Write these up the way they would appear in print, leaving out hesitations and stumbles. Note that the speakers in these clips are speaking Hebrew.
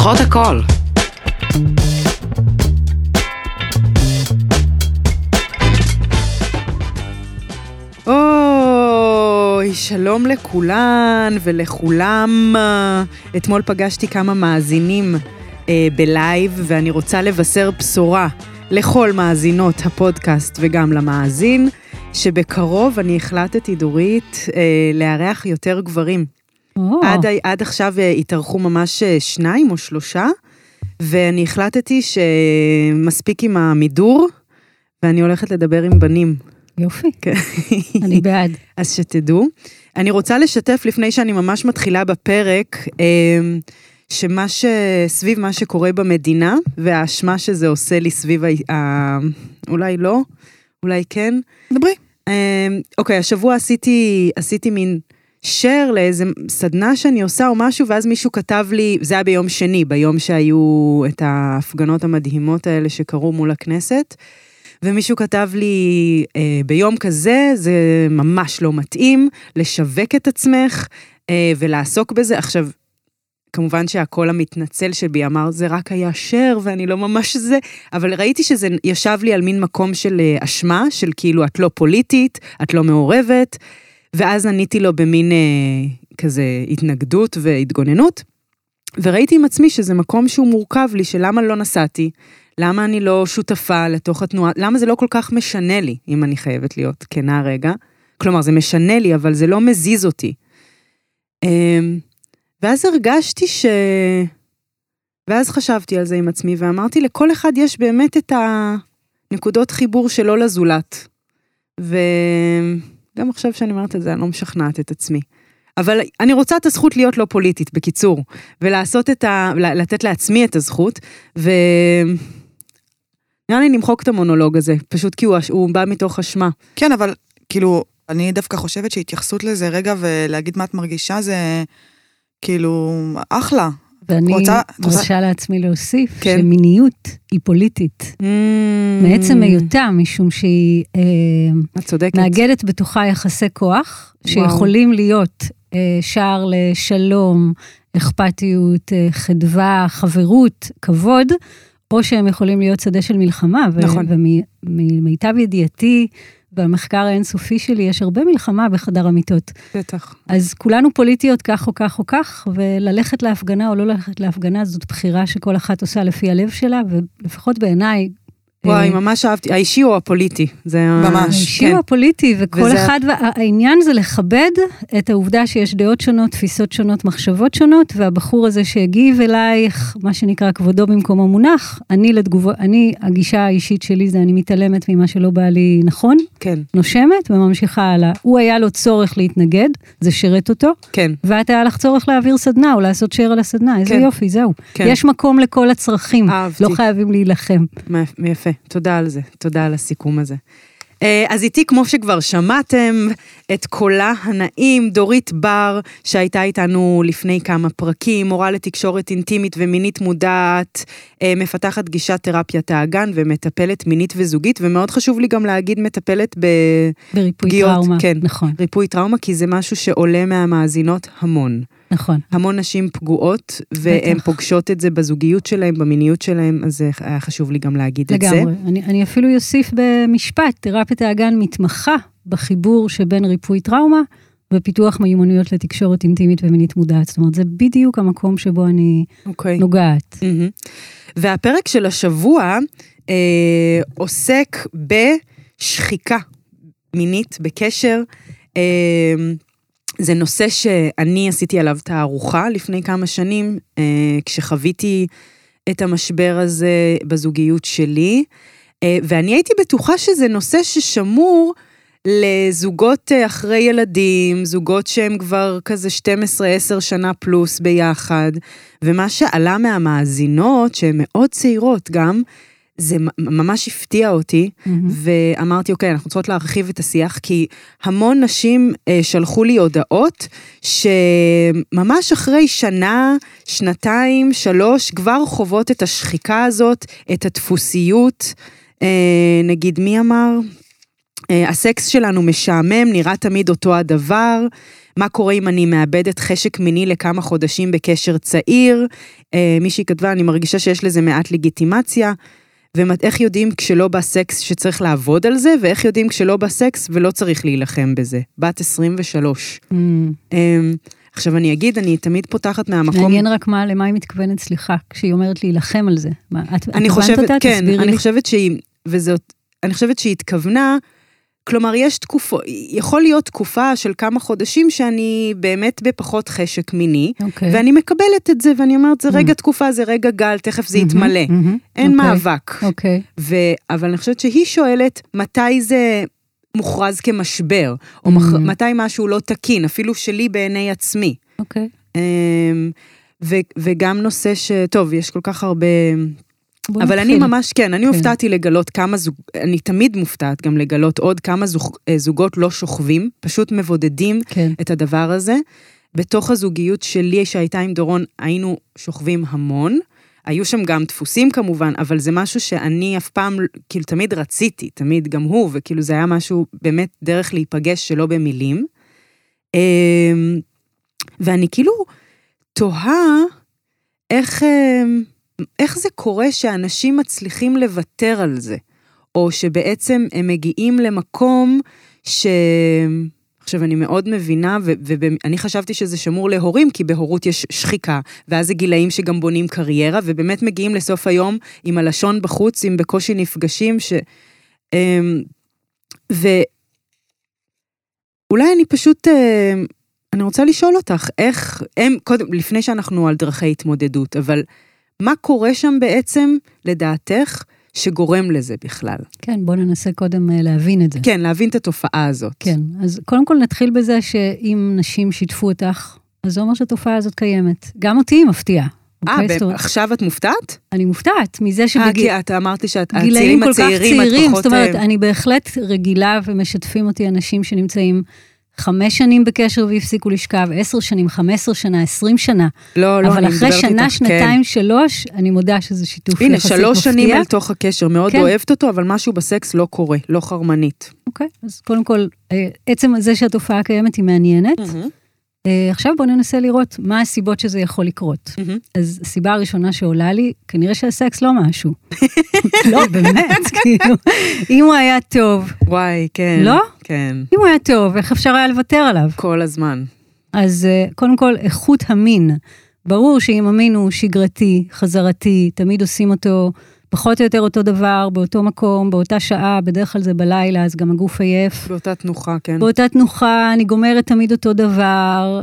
פותחות הכל. אוי, שלום לכולן ולכולם. אתמול פגשתי כמה מאזינים בלייב, ואני רוצה לבשר בשורה לכל מאזינות הפודקאסט וגם למאזין, שבקרוב אני החלטתי, דורית, לארח יותר גברים. עד עכשיו התארחו ממש 2 או 3, ואני החלטתי שמספיק עם המידור, ואני הולכת לדבר עם בנים. יופי, אני בעד. אז שתדעו. אני רוצה לשתף לפני שאני ממש מתחילה בפרק, סביב מה שקורה במדינה, והאשמה שזה עושה לי סביב, אולי לא, אולי כן. דברי. אוקיי, השבוע עשיתי מין share לאיזה סדנה שאני עושה או משהו, ואז מישהו כתב לי, זה היה ביום שני, ביום שהיו את ההפגנות המדהימות האלה שקרו מול הכנסת, ומישהו כתב לי, ביום כזה זה ממש לא מתאים, לשווק את עצמך ולעסוק בזה. עכשיו, כמובן שהכל המתנצל שבי אמר, זה רק היה share ואני לא ממש זה, אבל ראיתי שזה ישב לי על מין מקום של אשמה, של כאילו את לא פוליטית, את לא מעורבת, ואז עניתי לו במין כזה התנגדות והתגוננות, וראיתי עם עצמי שזה מקום שהוא מורכב לי, שלמה לא נסעתי, למה אני לא שותפה לתוך התנועה, למה זה לא כל כך משנה לי, אם אני חייבת להיות כנה רגע, כלומר זה משנה לי, אבל זה לא מזיז אותי. ואז הרגשתי ואז חשבתי על זה עם עצמי, ואמרתי, לכל אחד יש באמת את הנקודות חיבור שלו לזולת, גם עכשיו שאני אומרת את זה, אני לא משכנעת את עצמי. אבל אני רוצה את הזכות להיות לא פוליטית, בקיצור, ולעשות לתת לעצמי את הזכות, נראה לי נמחוק את המונולוג הזה, פשוט כי הוא בא מתוך אשמה. כן, אבל כאילו, אני דווקא חושבת שהתייחסות לזה רגע, ולהגיד מה את מרגישה, זה כאילו אחלה. ואני רוצה לעצמי להוסיף, שמיניות היא פוליטית. מעצם היותה, משום שהיא מאגדת בתוכה יחסי כוח, שיכולים להיות שער לשלום, אכפתיות, חדווה, חברות, כבוד, או שהם יכולים להיות שדה של מלחמה. נכון. וממיטב ידיעתי, במחקר האינסופי שלי, יש הרבה מלחמה בחדר המיטות. בטח. אז כולנו פוליטיות כך או כך או כך, וללכת להפגנה או לא ללכת להפגנה, זאת בחירה שכל אחת עושה לפי הלב שלה, ולפחות בעיניי, וואי, ממש אהבתי, האישי או הפוליטי, זה ממש, האישי או הפוליטי, וכל אחד, העניין זה לכבד את העובדה שיש דעות שונות, תפיסות שונות, מחשבות שונות, והבחור הזה שהגיב אלייך, מה שנקרא כבודו במקום המונח, אני, הגישה האישית שלי זה, אני מתעלמת ממה שלא בא לי נכון, כן. נושמת וממשיכה הלאה. הוא היה לו צורך להתנגד, זה שירת אותו, כן. ואת היה לך צורך להעביר סדנה, או לעשות שייר על הסדנה, איזה יופי, זהו. כן. יש מקום לכל הצרכים, אהבתי. לא חייבים להילחם. יפה, תודה על זה, תודה על הסיכום הזה. אז איתי, כמו שכבר שמעתם, את קולה הנעים, דורית בר, שהייתה איתנו לפני כמה פרקים, מורה לתקשורת אינטימית ומינית מודעת, מפתחת גישת תרפיית האגן, ומטפלת מינית וזוגית, ומאוד חשוב לי גם להגיד מטפלת בריפוי טראומה, כן, נכון. ריפוי טראומה, כי זה משהו שעולה מהמאזינות המון. נכון. המון נשים פגועות, והן פוגשות את זה בזוגיות שלהם, במיניות שלהם, אז זה היה חשוב לי גם להגיד את זה. לגמרי. אני אפילו יוסיף במשפט, תרפיית האגן מתמחה בחיבור שבין ריפוי טראומה, ופיתוח מיומנויות לתקשורת אינטימית ומינית מודעת. זאת אומרת, זה בדיוק המקום שבו אני נוגעת. והפרק של השבוע עוסק בשחיקה מינית, בקשר, זה נושא שאני עשיתי עליו תערוכה לפני כמה שנים, כשחוויתי את המשבר הזה בזוגיות שלי, ואני הייתי בטוחה שזה נושא ששמור לזוגות אחרי ילדים, זוגות שהם כבר כזה 12-10 שנה פלוס ביחד, ומה שעלה מהמאזינות, שהן מאוד צעירות גם, זה ממש הפתיע אותי, ואמרתי, אוקיי, אנחנו צריכות להרחיב את השיח, כי המון נשים שלחו לי הודעות, שממש אחרי שנה, 2, 3, כבר חוות את השחיקה הזאת, את הדפוסיות, נגיד מי אמר? הסקס שלנו משעמם, נראה תמיד אותו הדבר, מה קורה אם אני מאבדת חשק מיני לכמה חודשים בקשר צעיר, מישהי כתבה, אני מרגישה שיש לזה מעט לגיטימציה, ואיך יודעים כשלא בא סקס שצריך לעבוד על זה, ואיך יודעים כשלא בא סקס ולא צריך להילחם בזה. בת 23. עכשיו אני אגיד, אני תמיד פותחת מהמקום... מעניין רק למה היא מתכוונת, סליחה, כשהיא אומרת להילחם על זה. אני חושבת, כן, אני חושבת שהיא, וזאת, אני חושבת שהיא התכוונה, כלומר, יש תקופה, יכול להיות תקופה של כמה חודשים שאני באמת בפחות חשק מיני, ואני מקבלת את זה, ואני אומרת, זה רגע תקופה, זה רגע גל, תכף זה יתמלא. אין מאבק. אבל אני חושבת שהיא שואלת, מתי זה מוכרז כמשבר, או מתי משהו לא תקין, אפילו שלי בעיני עצמי. וגם נושא טוב, יש כל כך הרבה... אבל אני ממש, כן, אני מופתעתי לגלות כמה אני תמיד מופתעת גם לגלות עוד כמה זוגות לא שוכבים, פשוט מבודדים את הדבר הזה. בתוך הזוגיות שלי שהייתה עם דורון, היינו שוכבים המון, היו שם גם דפוסים כמובן, אבל זה משהו שאני אף פעם, כאילו תמיד רציתי, תמיד גם הוא, וכאילו זה היה משהו באמת דרך להיפגש שלא במילים. ואני כאילו תוהה איך זה קורה שאנשים מצליחים לוותר על זה, או שבעצם הם מגיעים למקום עכשיו אני מאוד מבינה, ואני חשבתי שזה שמור להורים, כי בהורות יש שחיקה, ואז זה גילאים שגם בונים קריירה, ובאמת מגיעים לסוף היום עם הלשון בחוץ, עם בקושי נפגשים, ואולי אני פשוט, אני רוצה לשאול אותך, איך, קודם, לפני שאנחנו על דרכי התמודדות, אבל מה קורה שם בעצם, לדעתך, שגורם לזה בכלל? כן, בוא ננסה קודם להבין את זה. כן, להבין את התופעה הזאת. כן, אז קודם כל נתחיל בזה שאם נשים שיתפו אותך, אז זה אומר שהתופעה הזאת קיימת. גם אותי היא מפתיעה. עכשיו את מופתעת? אני מופתעת מזה כי את אמרתי שהצעירים הצעירים, את פחות... זאת אומרת, אני בהחלט רגילה ומשתפים אותי אנשים שנמצאים 5 שנים בקשר והפסיקו לשכב, 10 שנים, 15 שנה, 20 שנה. לא, אבל אחרי שנה, שנתיים, 3, אני מודה שזה שיתוף יחסית מפתיע. הנה, 3 שנים אל תוך הקשר, מאוד אוהבת אותו, אבל משהו בסקס לא קורה, לא חרמנית. אוקיי, אז קודם כל, עצם זה שהתופעה הקיימת היא מעניינת. עכשיו בואו ננסה לראות מה הסיבות שזה יכול לקרות. אז הסיבה הראשונה שעולה לי, כנראה שהסקס לא משהו. לא, באמת, כאילו. אם הוא היה טוב. וואי, כן. לא? כן. אם הוא היה טוב, איך אפשר היה לוותר עליו? כל הזמן. אז קודם כל, איכות המין. ברור שאם המין הוא שגרתי, חזרתי, תמיד עושים אותו פחות או יותר אותו דבר, באותו מקום, באותה שעה, בדרך כלל זה בלילה, אז גם הגוף עייף. באותה תנוחה, כן. באותה תנוחה, אני גומרת תמיד אותו דבר,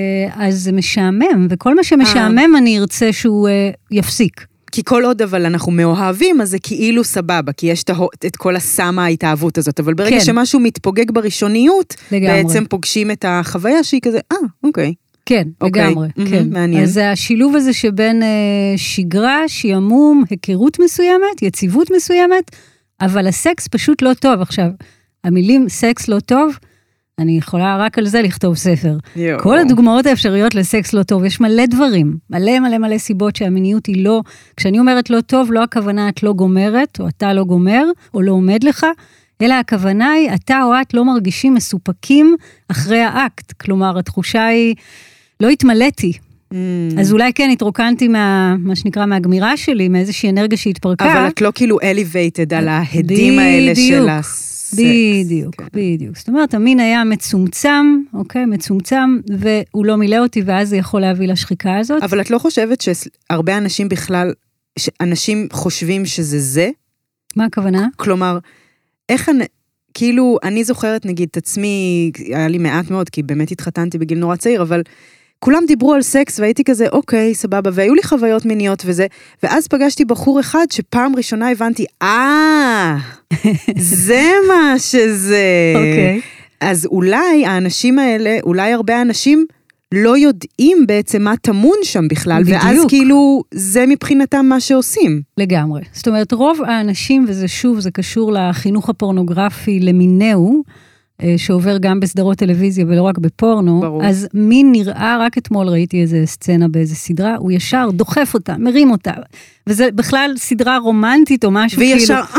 אז זה משעמם, וכל מה שמשעמם אני ארצה שהוא יפסיק. כי כל עוד אבל אנחנו מאוהבים, אז זה כאילו סבבה, כי יש את כל הסמה ההתאהבות הזאת, אבל ברגע שמשהו מתפוגג בראשוניות, בעצם פוגשים את החוויה שהיא כזה, אוקיי. כן, לגמרי, כן. מעניין. אז השילוב הזה שבין שגרה, שימום, היכרות מסוימת, יציבות מסוימת, אבל הסקס פשוט לא טוב. עכשיו, המילים סקס לא טוב, אני יכולה רק על זה לכתוב ספר. כל הדוגמאות האפשריות לסקס לא טוב, יש מלא דברים, מלא סיבות שהמיניות היא לא, כשאני אומרת לא טוב, לא הכוונה את לא גומרת, או אתה לא גומר, או לא עומד לך, אלא הכוונה היא, אתה או את לא מרגישים מסופקים אחרי האקט, כלומר, התחושה היא, לא התמלאתי. אז אולי כן, התרוקנתי מה שנקרא, מהגמירה שלי, מאיזושהי אנרגיה שהתפרקה. אבל את לא כאילו elevated על ההדים האלה של הסקס. בדיוק. זאת אומרת, המין היה מצומצם, אוקיי, מצומצם, והוא לא מילא אותי, ואז זה יכול להביא לשחיקה הזאת. אבל את לא חושבת שהרבה אנשים בכלל, אנשים חושבים שזה זה? מה הכוונה? כלומר, כאילו, אני זוכרת, נגיד, את עצמי, היה לי מעט מאוד, כי באמת התחתנתי בגיל נורא צעיר, אבל כולם דיברו על סקס, והייתי כזה, אוקיי, סבבה, והיו לי חוויות מיניות וזה, ואז פגשתי בחור אחד, שפעם ראשונה הבנתי, זה מה שזה. אוקיי. אז אולי האנשים האלה, אולי הרבה אנשים לא יודעים בעצם מה תמון שם בכלל, בדיוק. ואז כאילו זה מבחינתם מה שעושים. לגמרי. זאת אומרת, רוב האנשים, וזה שוב, זה קשור לחינוך הפורנוגרפי למינהו, שעובר גם בסדרות טלוויזיה ולא רק בפורנו, ברור. אז מין נראה, רק אתמול ראיתי איזה סצנה באיזה סדרה, הוא ישר דוחף אותה, מרים אותה, וזה בכלל סדרה רומנטית או משהו וישר, כאילו...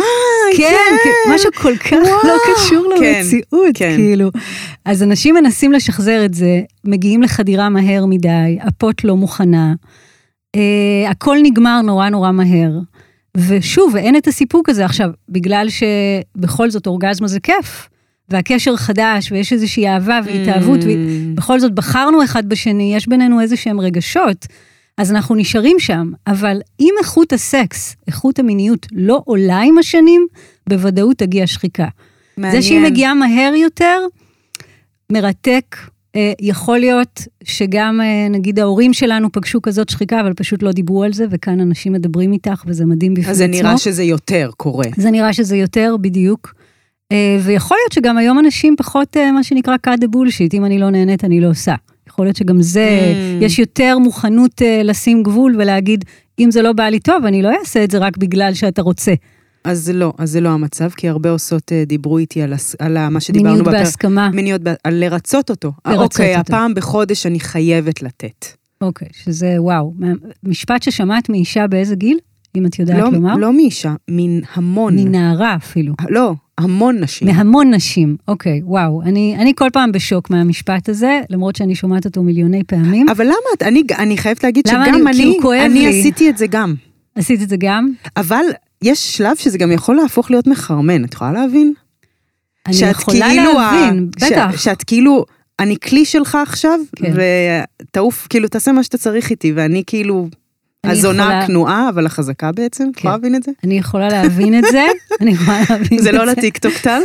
כן, משהו כל כך לא קשור למציאות, כאילו. אז אנשים מנסים לשחזר את זה, מגיעים לחדירה מהר מדי, הפוט לא מוכנה, הכל נגמר נורא נורא מהר, ושוב, אין את הסיפוק הזה עכשיו, בגלל שבכל זאת אורגזמה זה כיף, והקשר חדש, ויש איזושהי אהבה והתאהבות, ובכל זאת בחרנו אחד בשני, יש בינינו איזשהם רגשות, אז אנחנו נשארים שם, אבל אם איכות הסקס, איכות המיניות, לא עולה עם השנים, בוודאות תגיע שחיקה. מעניין. זה שהיא מגיעה מהר יותר, מרתק, יכול להיות שגם, נגיד, ההורים שלנו פגשו כזאת שחיקה, אבל פשוט לא דיברו על זה, וכאן אנשים מדברים איתך, וזה מדהים בפני עצמו. אז זה נראה שזה יותר קורה. זה נראה שזה יותר, בדיוק. ויכול להיות שגם היום אנשים פחות, מה שנקרא, cut the bullshit, אם אני לא נהנית, אני לא עושה. יכול להיות שגם זה, יש יותר מוכנות לשים גבול ולהגיד, אם זה לא בא לי טוב, אני לא אעשה את זה רק בגלל שאתה רוצה. אז זה לא המצב, כי הרבה עושות דיברו איתי על מה שדיברנו. מיניות בהסכמה. על לרצות אותו. אוקיי, הפעם בחודש אני חייבת לתת. אוקיי, שזה וואו. משפט ששמעת מאישה באיזה גיל? אם את יודעת לומר? לא מאישה, מן המון. מנערה אפילו. לא, המון נשים. מהמון נשים, אוקיי, וואו. אני כל פעם בשוק מהמשפט הזה, למרות שאני שומעת אותו מיליוני פעמים. אבל למה? אני חייבת להגיד שגם אני עשיתי את זה גם. עשית את זה גם? אבל יש שלב שזה גם יכול להפוך להיות מחרמן, את יכולה להבין? אני יכולה להבין, בטח. שאת כאילו, אני כלי שלך עכשיו, ותעוף, כאילו תעשה מה שאתה צריך איתי, ואני כאילו... הזונה כנועה, אבל החזקה בעצם, יכולה להבין את זה? אני יכולה להבין את זה, זה לא לטיקטוק טל?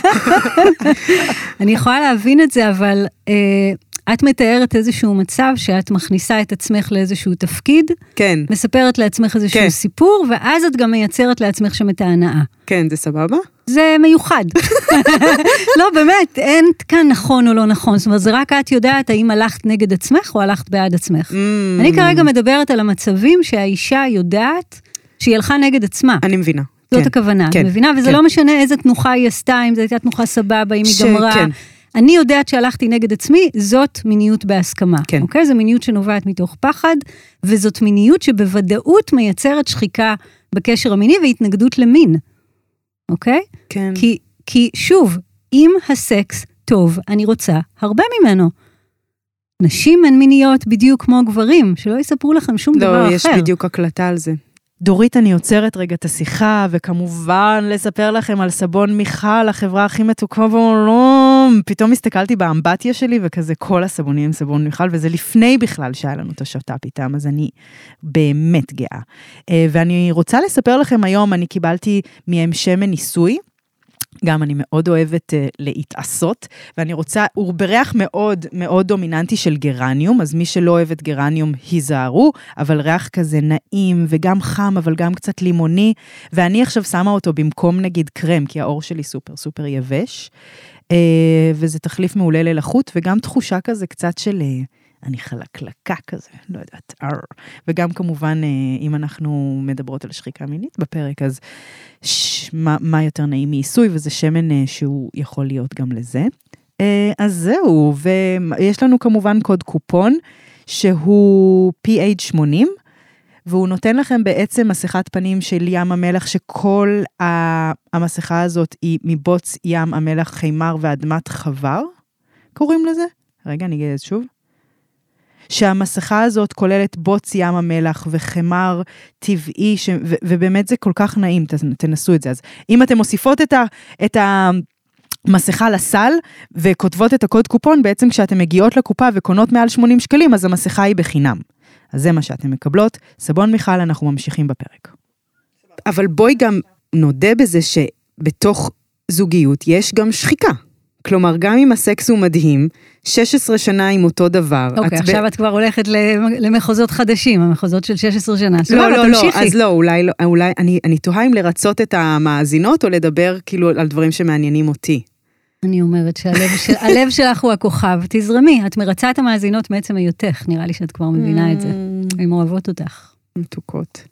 אני יכולה להבין את זה, אבל את מתארת איזשהו מצב שאת מכניסה את עצמך לאיזשהו תפקיד, כן. מספרת לעצמך איזשהו סיפור, ואז את גם מייצרת לעצמך שם את ההנאה. כן, זה סבבה? זה מיוחד. לא, באמת, אין כאן נכון או לא נכון, זאת אומרת, זה רק את יודעת האם הלכת נגד עצמך או הלכת בעד עצמך. אני כרגע מדברת על המצבים שהאישה יודעת שהיא הלכה נגד עצמה. אני מבינה. זאת הכוונה, אני מבינה, וזה לא משנה איזה תנוחה היא עשתה, אם זו הייתה תנוחה סבבה, אם היא גמרה. אני יודעת שהלכתי נגד עצמי, זאת מיניות בהסכמה. אוקיי? זו מיניות שנובעת מתוך פחד, וזאת מיניות שבוודאות מייצרת שחיקה בקשר המיני והתנגדות למין. אוקיי? כן. כי שוב, אם הסקס טוב, אני רוצה הרבה ממנו. נשים הן מיניות בדיוק כמו גברים, שלא יספרו לכם שום דבר אחר. לא, יש בדיוק הקלטה על זה. דורית, אני עוצרת רגע את השיחה, וכמובן לספר לכם על סבון מיכל, החברה הכי מתוקה בעולם. פתאום הסתכלתי באמבטיה שלי, וכזה כל הסבונים סבון מיכל, וזה לפני בכלל שהיה לנו את השת"פ איתם, אז אני באמת גאה. ואני רוצה לספר לכם היום, אני קיבלתי מהם שמן ניסוי, גם אני מאוד אוהבת להתעשות, ואני רוצה, הוא בריח מאוד מאוד דומיננטי של גרניום, אז מי שלא אוהב את גרניום היזהרו, אבל ריח כזה נעים וגם חם, אבל גם קצת לימוני, ואני עכשיו שמה אותו במקום נגיד קרם, כי האור שלי סופר סופר יבש, וזה תחליף מעולה ללחות, וגם תחושה כזה קצת של... אני חלקלקה כזה, לא יודעת, וגם כמובן, אם אנחנו מדברות על שחיקה מינית בפרק, אז מה יותר נעים מעיסוי, וזה שמן שהוא יכול להיות גם לזה. אז זהו, ויש לנו כמובן קוד קופון, שהוא PH80, והוא נותן לכם בעצם מסכת פנים של ים המלח, שכל המסכה הזאת היא מבוץ ים המלח חימר ואדמת חבר, קוראים לזה? רגע, אני אגיד את שוב. שהמסכה הזאת כוללת בוץ ים המלח וחמר טבעי, ובאמת זה כל כך נעים, תנסו את זה. אז אם אתם מוסיפות את המסכה לסל, וכותבות את הקוד קופון, בעצם כשאתם מגיעות לקופה וקונות מעל 80 שקלים, אז המסכה היא בחינם. אז זה מה שאתם מקבלות. סבון מיכל, אנחנו ממשיכים בפרק. אבל בואי גם נודה בזה שבתוך זוגיות יש גם שחיקה. כלומר, גם אם הסקס הוא מדהים, 16 שנה עם אותו דבר. אוקיי, עכשיו את כבר הולכת למחוזות חדשים, המחוזות של 16 שנה. לא, אז לא, אולי, אני תוהה אם לרצות את המאזינות, או לדבר כאילו על דברים שמעניינים אותי. אני אומרת שהלב שלך הוא הכוכב, תזרמי, את מרצה את המאזינות מעצם היותך, נראה לי שאת כבר מבינה את זה. הן אוהבות אותך. מתוקות.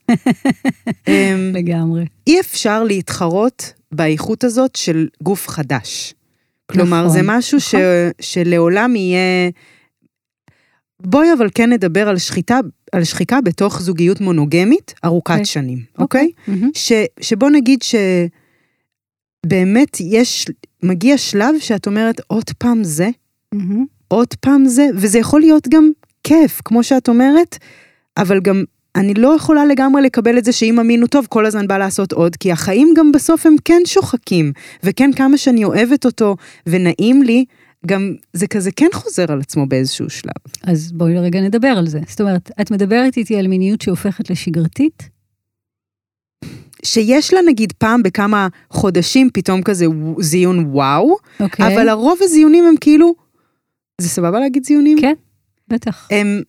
לגמרי. אי אפשר להתחרות באיכות הזאת של גוף חדש. כלומר, זה משהו שלעולם יהיה... בואי אבל כן נדבר על שחיקה בתוך זוגיות מונוגמית ארוכת שנים, אוקיי? שבוא נגיד באמת מגיע שלב שאת אומרת, עוד פעם זה, עוד פעם זה, וזה יכול להיות גם כיף, כמו שאת אומרת, אבל גם אני לא יכולה לגמרי לקבל את זה שאם אמינו טוב, כל הזמן בא לעשות עוד, כי החיים גם בסוף הם כן שוחקים, וכן כמה שאני אוהבת אותו, ונעים לי, גם זה כזה כן חוזר על עצמו באיזשהו שלב. אז בואי רגע נדבר על זה. זאת אומרת, את מדברת איתי על מיניות שהופכת לשגרתית? שיש לה נגיד פעם בכמה חודשים פתאום כזה זיון וואו, אבל הרוב הזיונים הם כאילו, זה סבבה להגיד זיונים? כן, בטח.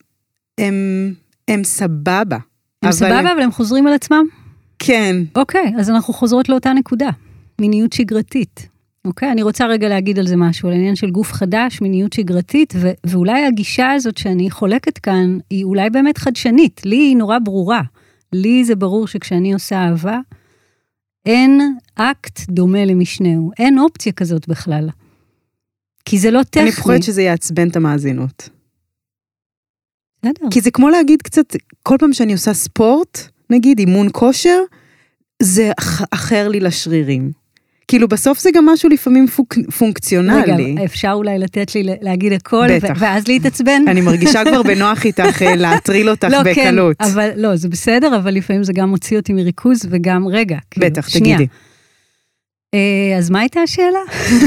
הם סבבה. הם סבבה, אבל הם חוזרים על עצמם? כן. אוקיי, אז אנחנו חוזרות לאותה נקודה. מיניות שגרתית. אוקיי, אני רוצה רגע להגיד על זה משהו, על העניין של גוף חדש, מיניות שגרתית, ואולי הגישה הזאת שאני חולקת כאן, היא אולי באמת חדשנית. לי היא נורא ברורה. לי זה ברור שכשאני עושה אהבה, אין אקט דומה למשנהו. אין אופציה כזאת בכלל. כי זה לא טכני. אני פוחדת שזה יעצבן את המאזינות. בסדר. כי זה כמו להגיד קצת, כל פעם שאני עושה ספורט, נגיד אימון כושר, זה אחר לי לשרירים. כאילו בסוף זה גם משהו לפעמים פונקציונלי. רגע, אפשר אולי לתת לי להגיד הכל, ואז להתעצבן? אני מרגישה כבר בנוח איתך להטריל אותך בקלות. לא, כן, אבל לא, זה בסדר, אבל לפעמים זה גם מוציא אותי מריכוז, וגם רגע. בטח, תגידי. אז מה הייתה השאלה?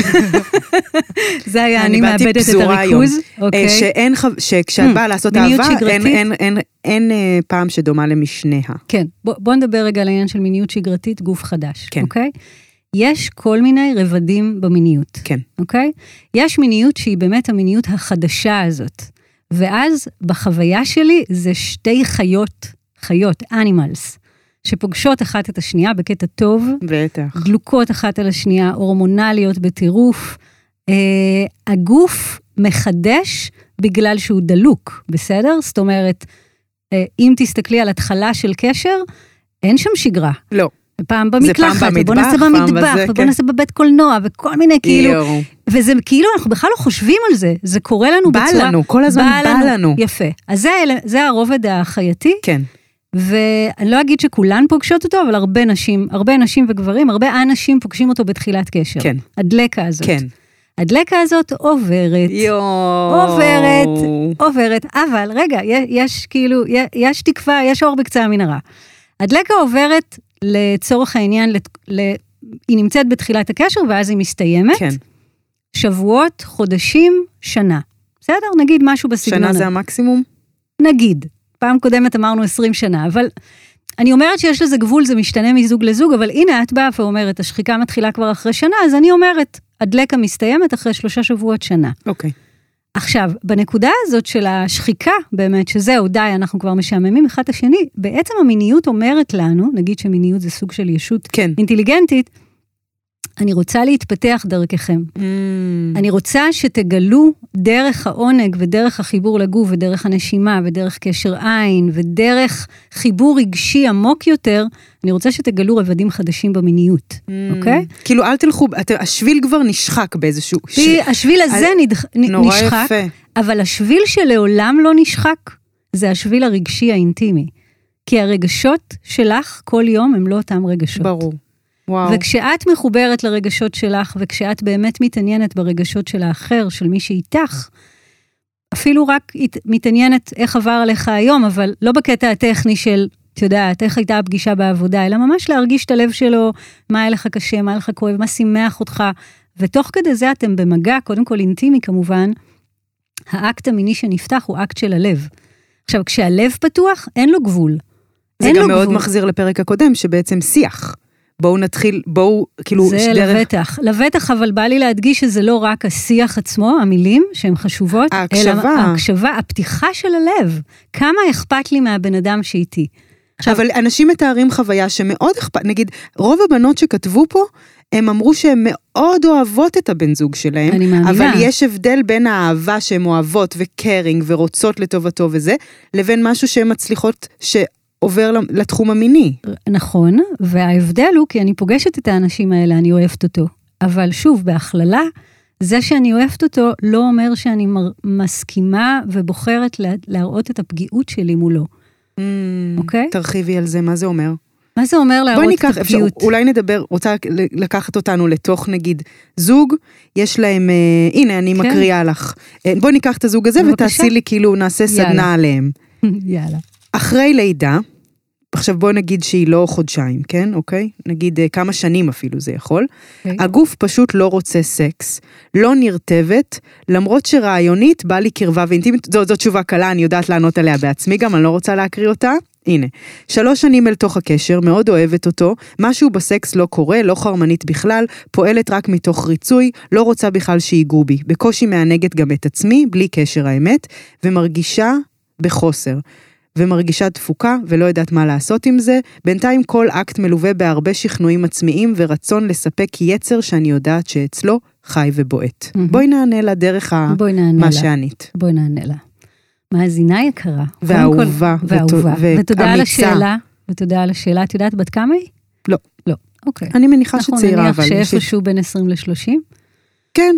זה היה, אני מאבדת את הריכוז. שכשאת באה לעשות אהבה, אין פעם שדומה למשניה. כן, בוא נדבר רגע על העניין של מיניות שגרתית, גוף חדש, אוקיי? יש כל מיני רבדים במיניות. כן. אוקיי? יש מיניות שהיא באמת המיניות החדשה הזאת. ואז בחוויה שלי זה שתי חיות, animals, שפוגשות אחת את השנייה בקטע טוב. בטח. דלוקות אחת על השנייה, הורמונליות בטירוף. הגוף מחדש בגלל שהוא דלוק, בסדר? זאת אומרת, אם תסתכלי על התחלה של קשר, אין שם שגרה. לא. פעם במקלחת, ובוא נעשה במטבח, ובוא נעשה בבית קולנוע, וכל מיני כאילו, וזה כאילו, אנחנו בכלל לא חושבים על זה, זה קורה לנו בצורה, בא לנו, כל הזמן בא לנו. יפה, אז זה הרובד החייתי, כן. ואני לא אגיד שכולן פוגשות אותו, אבל הרבה נשים וגברים, הרבה אנשים פוגשים אותו בתחילת קשר. כן. הדלקה הזאת. כן. הדלקה הזאת עוברת, עוברת, אבל רגע, יש כאילו, יש תקווה, יש אור בקצה המנהרה. הדלקה עוברת לצורך העניין, היא נמצאת בתחילת הקשר, ואז היא מסתיימת. כן. שבועות, חודשים, שנה. בסדר? נגיד משהו בסגנון. שנה זה המקסימום? נגיד. פעם קודמת אמרנו 20 שנה, אבל אני אומרת שיש לזה גבול, זה משתנה מזוג לזוג, אבל הנה את באה ואומרת, השחיקה מתחילה כבר אחרי שנה, אז אני אומרת, הדלקה מסתיימת אחרי 3 שבועות שנה. אוקיי. עכשיו, בנקודה הזאת של השחיקה, באמת, שזהו, די, אנחנו כבר משעממים אחד את השני, בעצם המיניות אומרת לנו, נגיד שמיניות זה סוג של ישות אינטליגנטית, אני רוצה להתפתח דרככם. אני רוצה שתגלו דרך העונג ודרך החיבור לגוף ודרך הנשימה ודרך קשר עין ודרך חיבור רגשי עמוק יותר, אני רוצה שתגלו רבדים חדשים במיניות, אוקיי? כאילו אל תלכו, השביל כבר נשחק באיזשהו... השביל הזה נשחק, אבל השביל שלעולם לא נשחק, זה השביל הרגשי האינטימי. כי הרגשות שלך כל יום הם לא אותם רגשות. ברור. וואו. וכשאת מחוברת לרגשות שלך, וכשאת באמת מתעניינת ברגשות של האחר, של מי שאיתך, אפילו רק מתעניינת איך עבר עליך היום, אבל לא בקטע הטכני של, את יודעת, איך הייתה הפגישה בעבודה, אלא ממש להרגיש את הלב שלו, מה היה לך קשה, מה היה לך כואב, מה שימח אותך, ותוך כדי זה אתם במגע, קודם כל אינטימי כמובן, האקט המיני שנפתח הוא אקט של הלב. עכשיו, כשהלב פתוח, אין לו גבול. זה גם מאוד מחזיר לפרק הקודם, שבעצם שיח. בואו נתחיל, כאילו... זה לבטח, אבל בא לי להדגיש שזה לא רק השיח עצמו, המילים שהן חשובות, ההקשבה. ההקשבה, הפתיחה של הלב. כמה אכפת לי מהבן אדם שאיתי. אבל אנשים מתארים חוויה שמאוד אכפת, נגיד, רוב הבנות שכתבו פה, הם אמרו שהן מאוד אוהבות את הבן זוג שלהם, אני מאמינה. אבל יש הבדל בין האהבה שהן אוהבות וקרינג ורוצות לטובתו וזה, לבין משהו שהן מצליחות עובר לתחום המיני. נכון, וההבדל הוא, כי אני פוגשת את האנשים האלה, אני אוהבת אותו. אבל שוב, בהכללה, זה שאני אוהבת אותו, לא אומר שאני מסכימה ובוחרת להראות את הפגיעות שלי מולו. אוקיי? תרחיבי על זה, מה זה אומר? מה זה אומר להראות את הפגיעות? אולי נדבר, רוצה לקחת אותנו לתוך נגיד זוג, יש להם, הנה אני מקריאה לך, בואי ניקח את הזוג הזה ותעשי לי כאילו נעשה סדנה עליהם. יאללה. אחרי לידה, עכשיו בוא נגיד שהיא לא חודשיים, כן? אוקיי? נגיד כמה שנים אפילו זה יכול. הגוף פשוט לא רוצה סקס, לא נרטבת, למרות שרעיונית בא לי קרבה ואינטימית, זו תשובה קלה, אני יודעת לענות עליה בעצמי גם, אני לא רוצה להקריא אותה. הנה, 3 שנים אל תוך הקשר, מאוד אוהבת אותו, משהו בסקס לא קורה, לא חרמנית בכלל, פועלת רק מתוך ריצוי, לא רוצה בכלל שיגעו בי, בקושי מענגת גם את עצמי, בלי קשר האמת, ומרגישה בחוסר. ומרגישה תפוקה ולא יודעת מה לעשות עם זה, בינתיים כל אקט מלווה בהרבה שכנועים עצמיים ורצון לספק יצר שאני יודעת שאצלו חי ובועט. בואי נענה לה דרך מה שענית. בואי נענה לה. מאזינה יקרה. ואהובה. ותודה על השאלה. ותודה על השאלה. את יודעת בת כמה היא? לא. לא, אוקיי. אני מניחה שצעירה, אבל... אנחנו נניח שאיפשהו בין 20 ל-30? כן.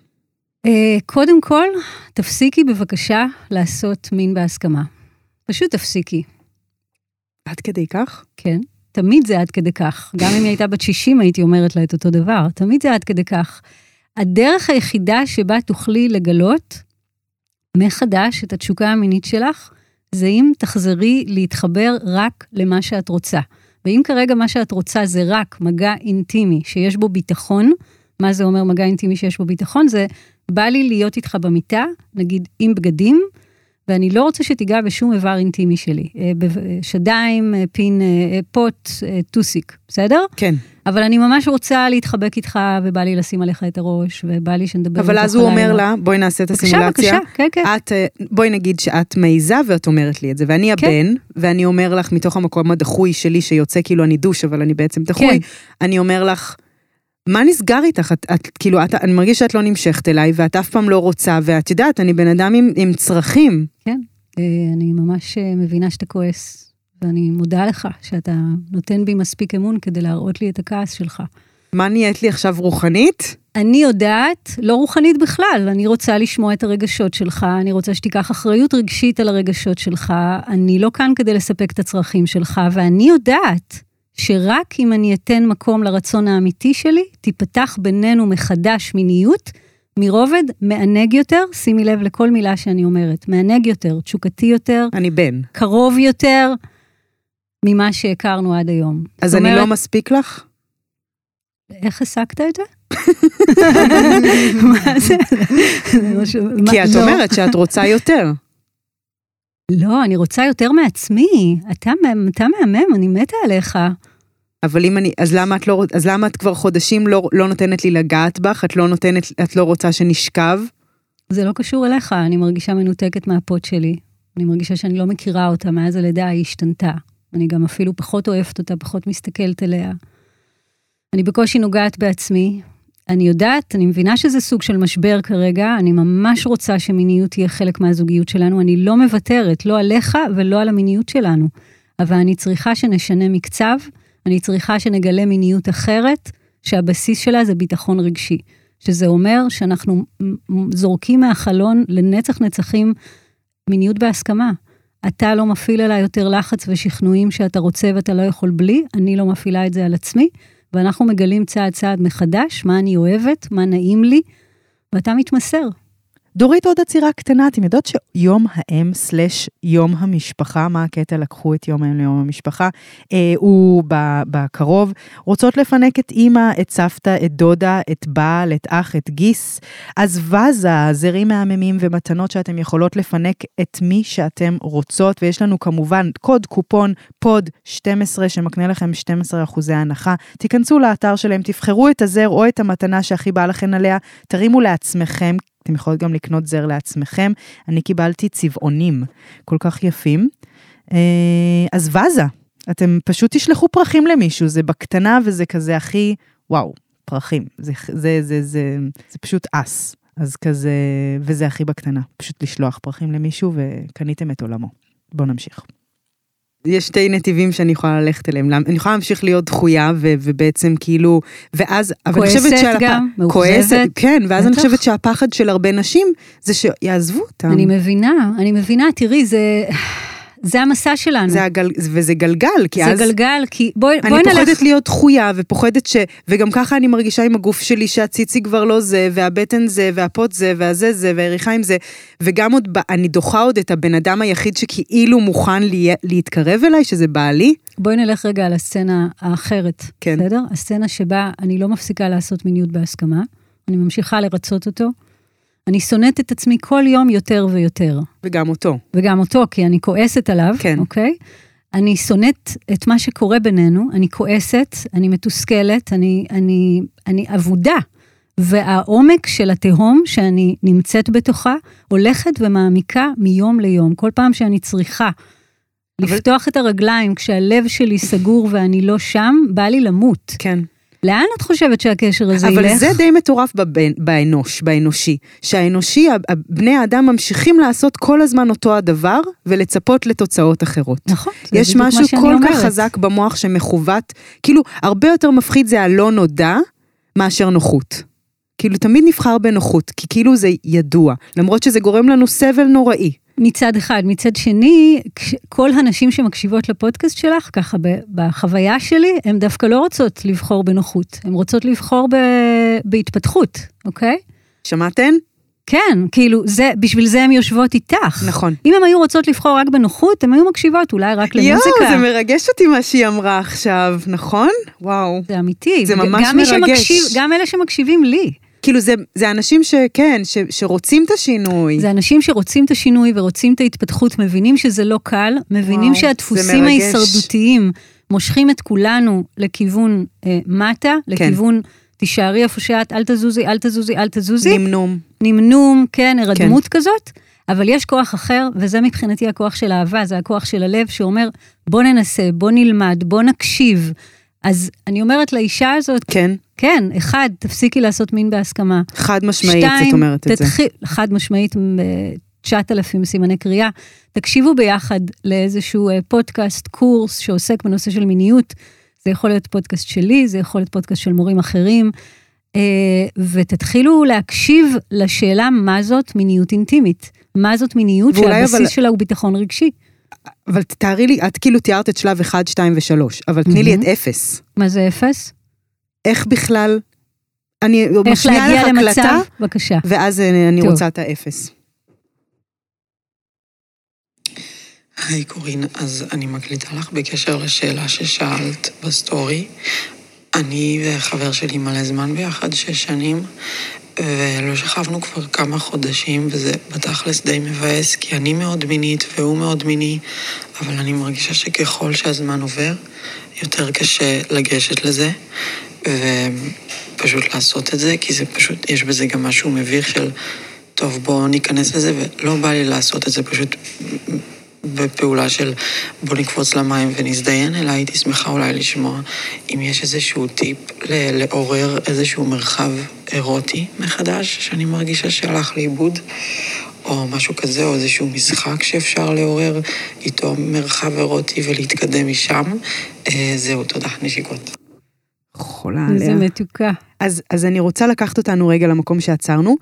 קודם כל, תפסיקי בבקשה לעשות מין בהסכמה. פשוט תפסיקי. עד כדי כך? כן, תמיד זה עד כדי כך. גם אם היא הייתה בת 60, הייתי אומרת לה את אותו דבר. תמיד זה עד כדי כך. הדרך היחידה שבה תוכלי לגלות מחדש את התשוקה המינית שלך, זה אם תחזרי להתחבר רק למה שאת רוצה. ואם כרגע מה שאת רוצה זה רק מגע אינטימי שיש בו ביטחון, מה זה אומר מגע אינטימי שיש בו ביטחון? זה בא לי להיות איתך במיטה, נגיד עם בגדים, ואני לא רוצה שתיגע בשום איבר אינטימי שלי. שדיים, פין, פוט, טוסיק, בסדר? כן. אבל אני ממש רוצה להתחבק איתך, ובא לי לשים עליך את הראש, ובא לי שנדבר... אבל אז הוא אומר לה, בואי נעשה את הסימולציה. בבקשה, כן, כן. בואי נגיד שאת מעיזה, ואת אומרת לי את זה, ואני הבן, ואני אומר לך, מתוך המקום הדחוי שלי, שיוצא כאילו אני דוש, אבל אני בעצם דחוי, אני אומר לך, מה נסגר איתך? כאילו, אני מרגיש שאת לא נמשכת אליי, ואת אף פעם לא רוצה, ואת יודעת, אני בן אדם עם צרכים. כן, אני ממש מבינה שאתה כועס, ואני מודה לך שאתה נותן בי מספיק אמון כדי להראות לי את הכעס שלך. מה נהיית לי עכשיו רוחנית? אני יודעת, לא רוחנית בכלל, אני רוצה לשמוע את הרגשות שלך, אני רוצה שתיקח אחריות רגשית על הרגשות שלך, אני לא כאן כדי לספק את הצרכים שלך, ואני יודעת שרק אם אני אתן מקום לרצון האמיתי שלי, תיפתח בינינו מחדש מיניות, מרובד מענג יותר, שימי לב לכל מילה שאני אומרת, מענג יותר, תשוקתי יותר, אני בן. קרוב יותר, ממה שהכרנו עד היום. אז אני לא מספיק לך? איך הסקת את זה? מה זה? כי את אומרת שאת רוצה יותר. לא, אני רוצה יותר מעצמי. אתה מהמם, אני מתה עליך. אבל אם אני, אז למה את כבר חודשים לא נותנת לי לגעת בך? את לא רוצה שנשכב? זה לא קשור אליך, אני מרגישה מנותקת מהפות שלי. אני מרגישה שאני לא מכירה אותה, מאז הלידה היא השתנתה. אני גם אפילו פחות אוהבת אותה, פחות מסתכלת עליה. אני בקושי נוגעת בעצמי. אני יודעת, אני מבינה שזה סוג של משבר כרגע, אני ממש רוצה שמיניות תהיה חלק מהזוגיות שלנו, אני לא מוותרת, לא עליך ולא על המיניות שלנו, אבל אני צריכה שנשנה מקצב, אני צריכה שנגלה מיניות אחרת, שהבסיס שלה זה ביטחון רגשי, שזה אומר שאנחנו זורקים מהחלון לנצח נצחים מיניות בהסכמה. אתה לא מפעיל עליי יותר לחץ ושכנועים שאתה רוצה ואתה לא יכול בלי, אני לא מפעילה את זה על עצמי, ואנחנו מגלים צעד צעד מחדש, מה אני אוהבת, מה נעים לי, ואתה מתמסר. דורית, עוד עצירה קטנה, אתם יודעות שיום האם/יום המשפחה, מה הקטע לקחו את יום האם ליום המשפחה, הוא בקרוב, רוצות לפנק את אמא, את סבתא, את דודה, את בעל, את אח, את גיס, אז וזה, זרים מהממים ומתנות שאתם יכולות לפנק את מי שאתם רוצות, ויש לנו כמובן קוד קופון פוד 12 שמקנה לכם 12% הנחה, תיכנסו לאתר שלהם, תבחרו את הזר או את המתנה שהכי בא לכם עליה, תרימו לעצמכם, אתם יכולים גם לקנות זר לעצמכם. אני קיבלתי צבעונים כל כך יפים. אז וזה, אתם פשוט תשלחו פרחים למישהו, זה בקטנה וזה כזה הכי, וואו, פרחים. זה פשוט אס. אז כזה, וזה הכי בקטנה. פשוט לשלוח פרחים למישהו וקניתם את עולמו. בואו נמשיך. יש 2 נתיבים שאני יכולה ללכת אליהם, אני יכולה להמשיך להיות דחויה, ובעצם כאילו, ואז, כועסת גם, מאוכזבת. כן, ואז אני חושבת שהפחד של הרבה נשים, זה שיעזבו אותם. אני מבינה, תראי, זה המסע שלנו. וזה גלגל, כי אז... זה גלגל, כי בואי נלך... אני פוחדת להיות דחויה, ופוחדת וגם ככה אני מרגישה עם הגוף שלי, שהציצי כבר לא זה, והבטן זה, והפות זה, והזה זה, והעריכיים זה, וגם עוד, אני דוחה עוד את הבן אדם היחיד שכאילו מוכן להתקרב אליי, שזה בעלי. בואי נלך רגע על הסצנה האחרת, כן. בסדר? הסצנה שבה אני לא מפסיקה לעשות מיניות בהסכמה, אני ממשיכה לרצות אותו, אני שונאת את עצמי כל יום יותר ויותר. וגם אותו. וגם אותו, כי אני כועסת עליו, כן. אוקיי? אני שונאת את מה שקורה בינינו, אני כועסת, אני מתוסכלת, אני עבודה, והעומק של התהום שאני נמצאת בתוכה, הולכת ומעמיקה מיום ליום. כל פעם שאני צריכה לפתוח את הרגליים, כשהלב שלי סגור ואני לא שם, בא לי למות. כן. לאן את חושבת שהקשר הזה ילך? אבל זה די מטורף באנושי, שהאנושי, בני האדם ממשיכים לעשות כל הזמן אותו הדבר, ולצפות לתוצאות אחרות. נכון. יש משהו כל כך חזק במוח שמחוות, כאילו, הרבה יותר מפחיד זה הלא נודע, מאשר נוחות. כאילו, תמיד נבחר בנוחות, כי כאילו זה ידוע, למרות שזה גורם לנו סבל נוראי. מצד אחד, מצד שני, כל הנשים שמקשיבות לפודקאסט שלך, ככה בחוויה שלי, הן דווקא לא רוצות לבחור בנוחות, הן רוצות לבחור בהתפתחות, אוקיי? שמעתן? כן, כאילו, בשביל זה הן יושבות איתך. נכון. אם הן היו רוצות לבחור רק בנוחות, הן היו מקשיבות אולי רק למוזיקה. זה מרגש אותי מה שהיא אמרה עכשיו, נכון? וואו. זה אמיתי. זה ממש מרגש. גם אלה שמקשיבים לי. כאילו זה אנשים שכן, שרוצים את השינוי. זה אנשים שרוצים את השינוי ורוצים את ההתפתחות, מבינים שזה לא קל, מבינים שהדפוסים ההישרדותיים מושכים את כולנו לכיוון מטה, לכיוון תישארי איפה שאת, אל תזוזי, אל תזוזי, אל תזוזי. נמנום, כן, הרדמות כזאת, אבל יש כוח אחר, וזה מבחינתי הכוח של האהבה, זה הכוח של הלב שאומר, בוא ננסה, בוא נלמד, בוא נקשיב. אז אני אומרת לאישה הזאת, כן, אחד, תפסיקי לעשות מין בהסכמה. חד משמעית, זאת אומרת את זה. חד משמעית, 9,000 סימני קריאה. תקשיבו ביחד לאיזשהו פודקאסט, קורס, שעוסק בנושא של מיניות. זה יכול להיות פודקאסט שלי, זה יכול להיות פודקאסט של מורים אחרים, ותתחילו להקשיב לשאלה מה זאת מיניות אינטימית. מה זאת מיניות שהבסיס שלה הוא ביטחון רגשי. אבל תארי לי, את כאילו תיארת את שלב 1, 2 ו3, אבל תני לי את 0. מה זה 0? איך בכלל, אני איך להגיע למצב, בבקשה. ואז אני רוצה את 0. היי קורין, אז אני מקליטה לך בקשר לשאלה ששאלת בסטורי. אני וחבר שלי מלא זמן ביחד, 6 שנים, ולא שכבנו כבר כמה חודשים, וזה בתכלס די מבאס, כי אני מאוד מינית והוא מאוד מיני, אבל אני מרגישה שככל שהזמן עובר, יותר קשה לגשת לזה, ופשוט לעשות את זה, כי זה פשוט, יש בזה גם משהו מביך של, טוב בואו ניכנס לזה, ולא בא לי לעשות את זה פשוט בפעולה של בוא נקפוץ למים ונסדיין, אלא הייתי שמחה אולי לשמוע אם יש איזשהו טיפ לעורר איזשהו מרחב אירוטי מחדש, שאני מרגישה שהלך לאיבוד, או משהו כזה, או איזשהו משחק שאפשר לעורר איתו מרחב אירוטי ולהתקדם משם. זהו, תודה, נשיקות. חולה עליה. זה מתוקה. אז אני רוצה לקחת אותנו רגע למקום שעצרנו.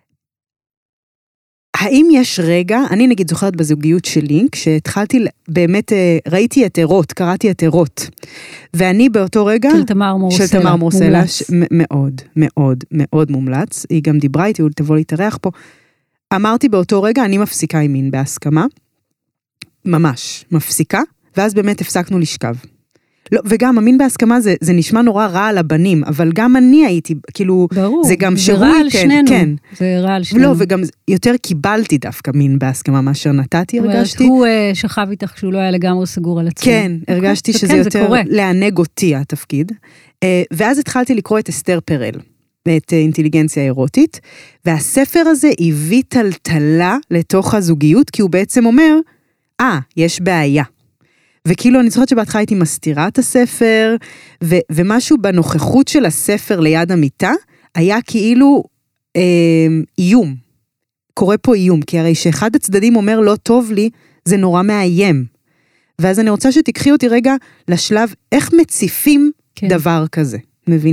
האם יש רגע, אני נגיד זוכרת בזוגיות שלי, כשהתחלתי, באמת ראיתי יתרות, קראתי יתרות, ואני באותו רגע, של תמר מורסלה, של תמר מורסלה, מאוד, מאוד, מאוד מומלץ, היא גם דיברה איתי, תבוא להתארח פה, אמרתי באותו רגע, אני מפסיקה עם מין בהסכמה, ממש, מפסיקה, ואז באמת הפסקנו לשכב. לא, וגם המין בהסכמה זה נשמע נורא רע על הבנים, אבל גם אני הייתי, כאילו, ברור, זה גם זה רע על שנינו, כן. זה רע על שנינו. לא, וגם יותר קיבלתי דווקא מין בהסכמה, מאשר נתתי, הרגשתי. הוא שכב איתך כשהוא לא היה לגמרי סגור על עצמו. כן, הרגשתי שזה יותר לענג אותי התפקיד. ואז התחלתי לקרוא את אסתר פרל, את אינטליגנציה אירוטית, והספר הזה הביא טלטלה לתוך הזוגיות, כי הוא בעצם אומר, יש בעיה. וכאילו אני זוכרת שבהתחלה הייתי מסתירה את הספר, ומשהו בנוכחות של הספר ליד המיטה, היה כאילו איום. קורה פה איום, כי הרי שאחד הצדדים אומר לא טוב לי, זה נורא מאיים. ואז אני רוצה שתקחי אותי רגע לשלב, איך מציפים דבר כזה, מבינה?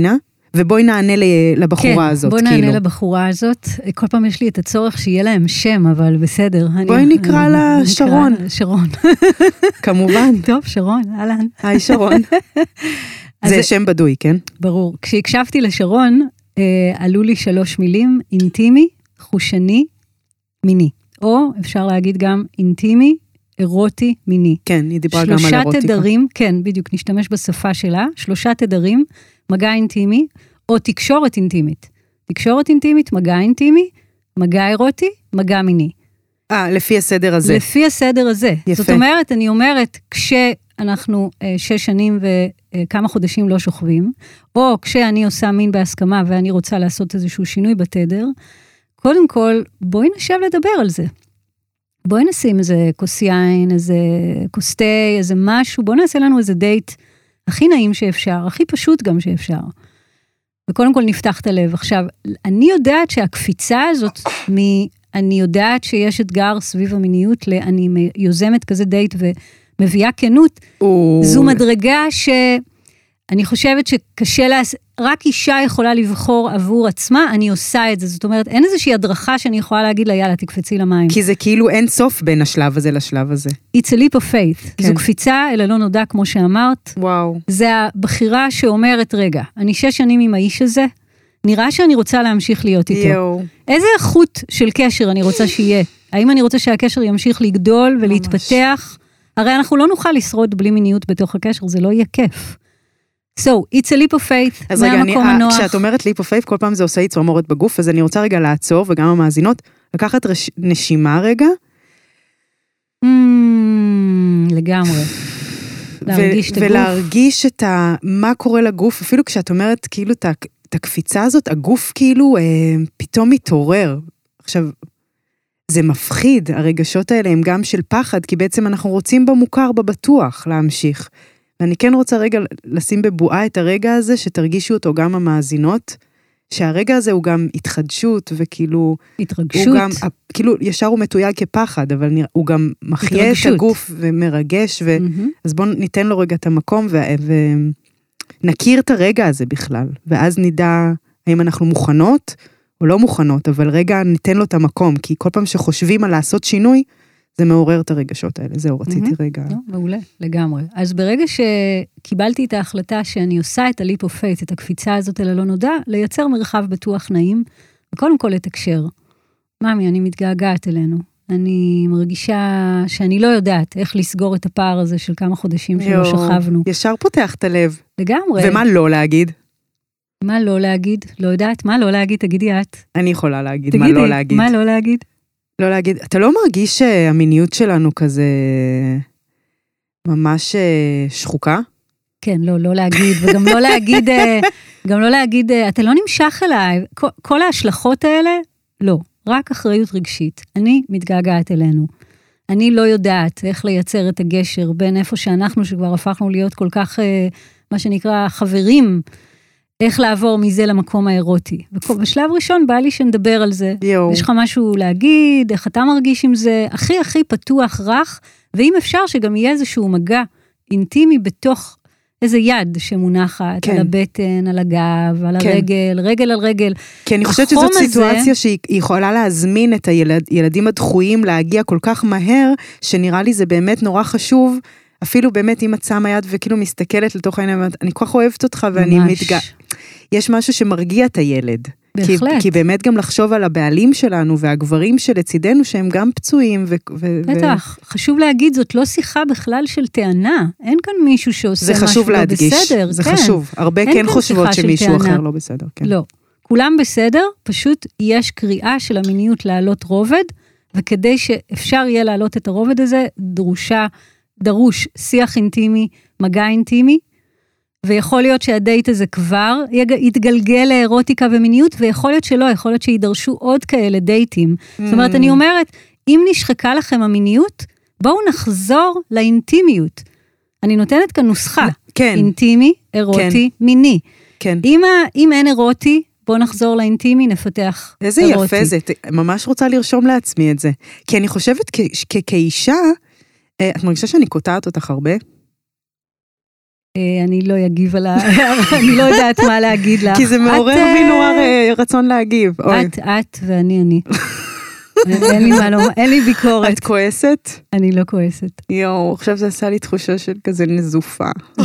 ובואי נענה לבחורה הזאת. בואי נענה לבחורה הזאת. כל פעם יש לי את הצורך שיהיה להם שם, אבל בסדר. בואי נקרא לה שרון. שרון. כמובן. טוב, שרון, אהלן. היי שרון. זה שם בדוי, כן? ברור. כשהקשבתי לשרון, עלו לי 3 מילים, אינטימי, חושני, מיני. או אפשר להגיד גם אינטימי, אירוטי, מיני. כן, היא דיברה גם על אירוטיקה. 3 תדרים, כן, בדיוק, נשתמש בשפה שלה, 3 תדרים, מגע אינטימי, או תקשורת אינטימית. תקשורת אינטימית, מגע אינטימי, מגע אירוטי, מגע מיני. לפי הסדר הזה. לפי הסדר הזה. יפה. זאת אומרת, אני אומרת, כשאנחנו 6 שנים וכמה חודשים לא שוכבים, או כשאני עושה מין בהסכמה ואני רוצה לעשות איזשהו שינוי בתדר, קודם כל, בואי נשב לדבר על זה. בואי נשים איזה כוס יין, איזה כוס תה, איזה משהו, בואי נעשה לנו איזה דייט הכי נעים שאפשר, הכי פשוט גם שאפשר. וקודם כל נפתח את הלב. עכשיו, אני יודעת שהקפיצה הזאת, אני יודעת שיש אתגר סביב המיניות, אני יוזמת כזה דייט ומביאה כנות, זו מדרגה שאני חושבת שקשה רק אישה יכולה לבחור עבור עצמה, אני עושה את זה. זאת אומרת, אין איזושהי הדרכה שאני יכולה להגיד לה, יאללה, תקפצי למים. כי זה כאילו אין סוף בין השלב הזה לשלב הזה. It's a leap of faith. כן. זו קפיצה אל הלא נודע, כמו שאמרת. וואו. זה הבחירה שאומרת, רגע, אני 6 שנים עם האיש הזה, נראה שאני רוצה להמשיך להיות איתו. יו. איזה איכות של קשר אני רוצה שיהיה? האם אני רוצה שהקשר ימשיך לגדול ולהתפתח? הרי אנחנו לא נוכל לשרוד בלי מיניות בתוך הקשר, זה לא יהיה כיף. So, it's a leap of faith, אז רגע, כשאת אומרת leap of faith, כל פעם זה עושה צמרמורת בגוף, אז אני רוצה רגע לעצור, וגם המאזינות, לקחת נשימה רגע. לגמרי. ולהרגיש מה קורה לגוף, אפילו כשאת אומרת כאילו את הקפיצה הזאת, הגוף כאילו פתאום מתעורר. עכשיו, זה מפחיד, הרגשות האלה הם גם של פחד, כי בעצם אנחנו רוצים במוכר, בבטוח, להמשיך. ואני כן רוצה רגע לשים בבועה את הרגע הזה, שתרגישו אותו גם המאזינות, שהרגע הזה הוא גם התחדשות, וכאילו... התרגשות. הוא גם, כאילו, ישר הוא מתויג כפחד, אבל הוא גם מחיה את הגוף ומרגש, אז בואו ניתן לו רגע את המקום, ונכיר את הרגע הזה בכלל, ואז נדע האם אנחנו מוכנות או לא מוכנות, אבל רגע ניתן לו את המקום, כי כל פעם שחושבים על לעשות שינוי, זה מעורר את הרגשות האלה, זהו, רציתי רגע. מעולה, לגמרי. אז ברגע שקיבלתי את ההחלטה שאני עושה את הליפ אוף פייט, את הקפיצה הזאת אל הלא נודע, לייצר מרחב בטוח נעים, וקודם כל לתקשר. ממי, אני מתגעגעת אלינו. אני מרגישה שאני לא יודעת איך לסגור את הפער הזה של כמה חודשים שלא שכבנו. ישר פותח את הלב. לגמרי. ומה לא להגיד? מה לא להגיד? לא יודעת, מה לא להגיד? תגידי את. אני יכולה להגיד, מה לא להגיד. מה לא להגיד? לא להגיד, אתה לא מרגיש שהמיניות שלנו כזה ממש שחוקה? כן, לא להגיד, וגם לא להגיד, אתה לא נמשך אליי, כל ההשלכות האלה, לא, רק אחריות רגשית, אני מתגעגעת אלינו, אני לא יודעת איך לייצר את הגשר בין איפה שאנחנו שכבר הפכנו להיות כל כך, מה שנקרא חברים, איך לעבור מזה למקום האירוטי. ובשלב ראשון בא לי שנדבר על זה. יש לך משהו להגיד, איך אתה מרגיש עם זה, הכי פתוח, רך, ואם אפשר שגם יהיה איזשהו מגע אינטימי בתוך איזה יד שמונחת, על הבטן, על הגב, על הרגל, רגל על רגל. כי אני חושבת שזאת סיטואציה שהיא יכולה להזמין את הילדים הדחויים להגיע כל כך מהר, שנראה לי זה באמת נורא חשוב, אפילו באמת אם את שמה יד וכאילו מסתכלת לתוך העיניים, אני כל כך אוהבת אותך ואני יש משהו שמרגיע את הילד. בהחלט. כי באמת גם לחשוב על הבעלים שלנו והגברים שלצידנו שהם גם פצועים. בטח, חשוב להגיד, זאת לא שיחה בכלל של טענה. אין כאן מישהו שעושה משהו לא בסדר. זה חשוב. הרבה כן חושבות שמישהו אחר לא בסדר. לא. כולם בסדר, פשוט יש קריאה של המיניות לעלות רובד, וכדי שאפשר יהיה לעלות את הרובד הזה, דרוש שיח אינטימי, מגע אינטימי, ויכול להיות שהדייט הזה כבר יתגלגל לאירוטיקה ומיניות, ויכול להיות שלא, יכול להיות שידרשו עוד כאלה דייטים. זאת אומרת, אני אומרת, אם נשחקה לכם המיניות, בואו נחזור לאינטימיות. אני נותנת כאן נוסחה, אינטימי, אירוטי, מיני. אם אין אירוטי, בואו נחזור לאינטימי, נפתח אירוטי. איזה יפה זה, ממש רוצה לרשום לעצמי את זה. כי אני חושבת כאישה, את מרגישה שאני קוטעת אותך הרבה? אני לא אגיב על אני לא יודעת מה להגיד לך. כי זה מעורר בי נורא רצון להגיב. את ואני. אין לי ביקורת. את כועסת? אני לא כועסת. יואו, עכשיו זה עשה לי תחושה של כזה נזופה.